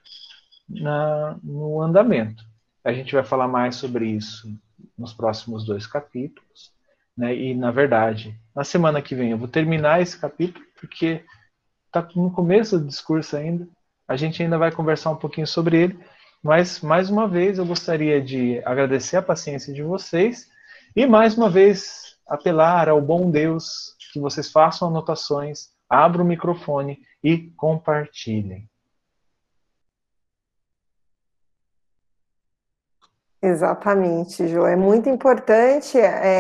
no andamento. A gente vai falar mais sobre isso nos próximos 2 capítulos. Né? E, na verdade, na semana que vem eu vou terminar esse capítulo, porque está no começo do discurso ainda. A gente ainda vai conversar um pouquinho sobre ele. Mas, mais uma vez, eu gostaria de agradecer a paciência de vocês e, mais uma vez, apelar ao bom Deus que vocês façam anotações, abram o microfone e compartilhem. Exatamente, Jô. É muito importante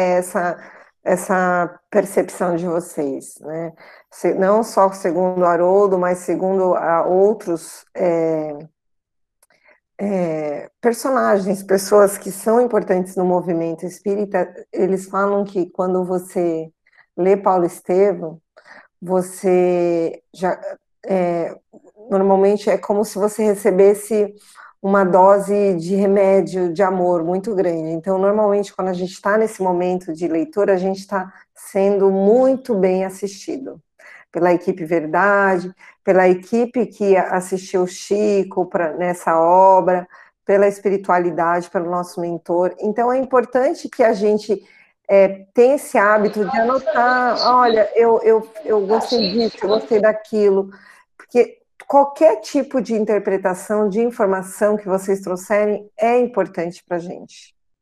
essa percepção de vocês, né? Não só segundo Haroldo, mas segundo outros personagens, pessoas que são importantes no movimento espírita. Eles falam que quando você lê Paulo Estevam, você já normalmente é como se você recebesse uma dose de remédio de amor muito grande. Então, normalmente, quando a gente está nesse momento de leitura, a gente está sendo muito bem assistido pela equipe Verdade, pela equipe que assistiu o Chico nessa obra, pela espiritualidade, pelo nosso mentor. Então, é importante que a gente tenha esse hábito de anotar, olha, eu gostei disso, eu gostei daquilo, porque qualquer tipo de interpretação, de informação que vocês trouxerem é importante para a gente.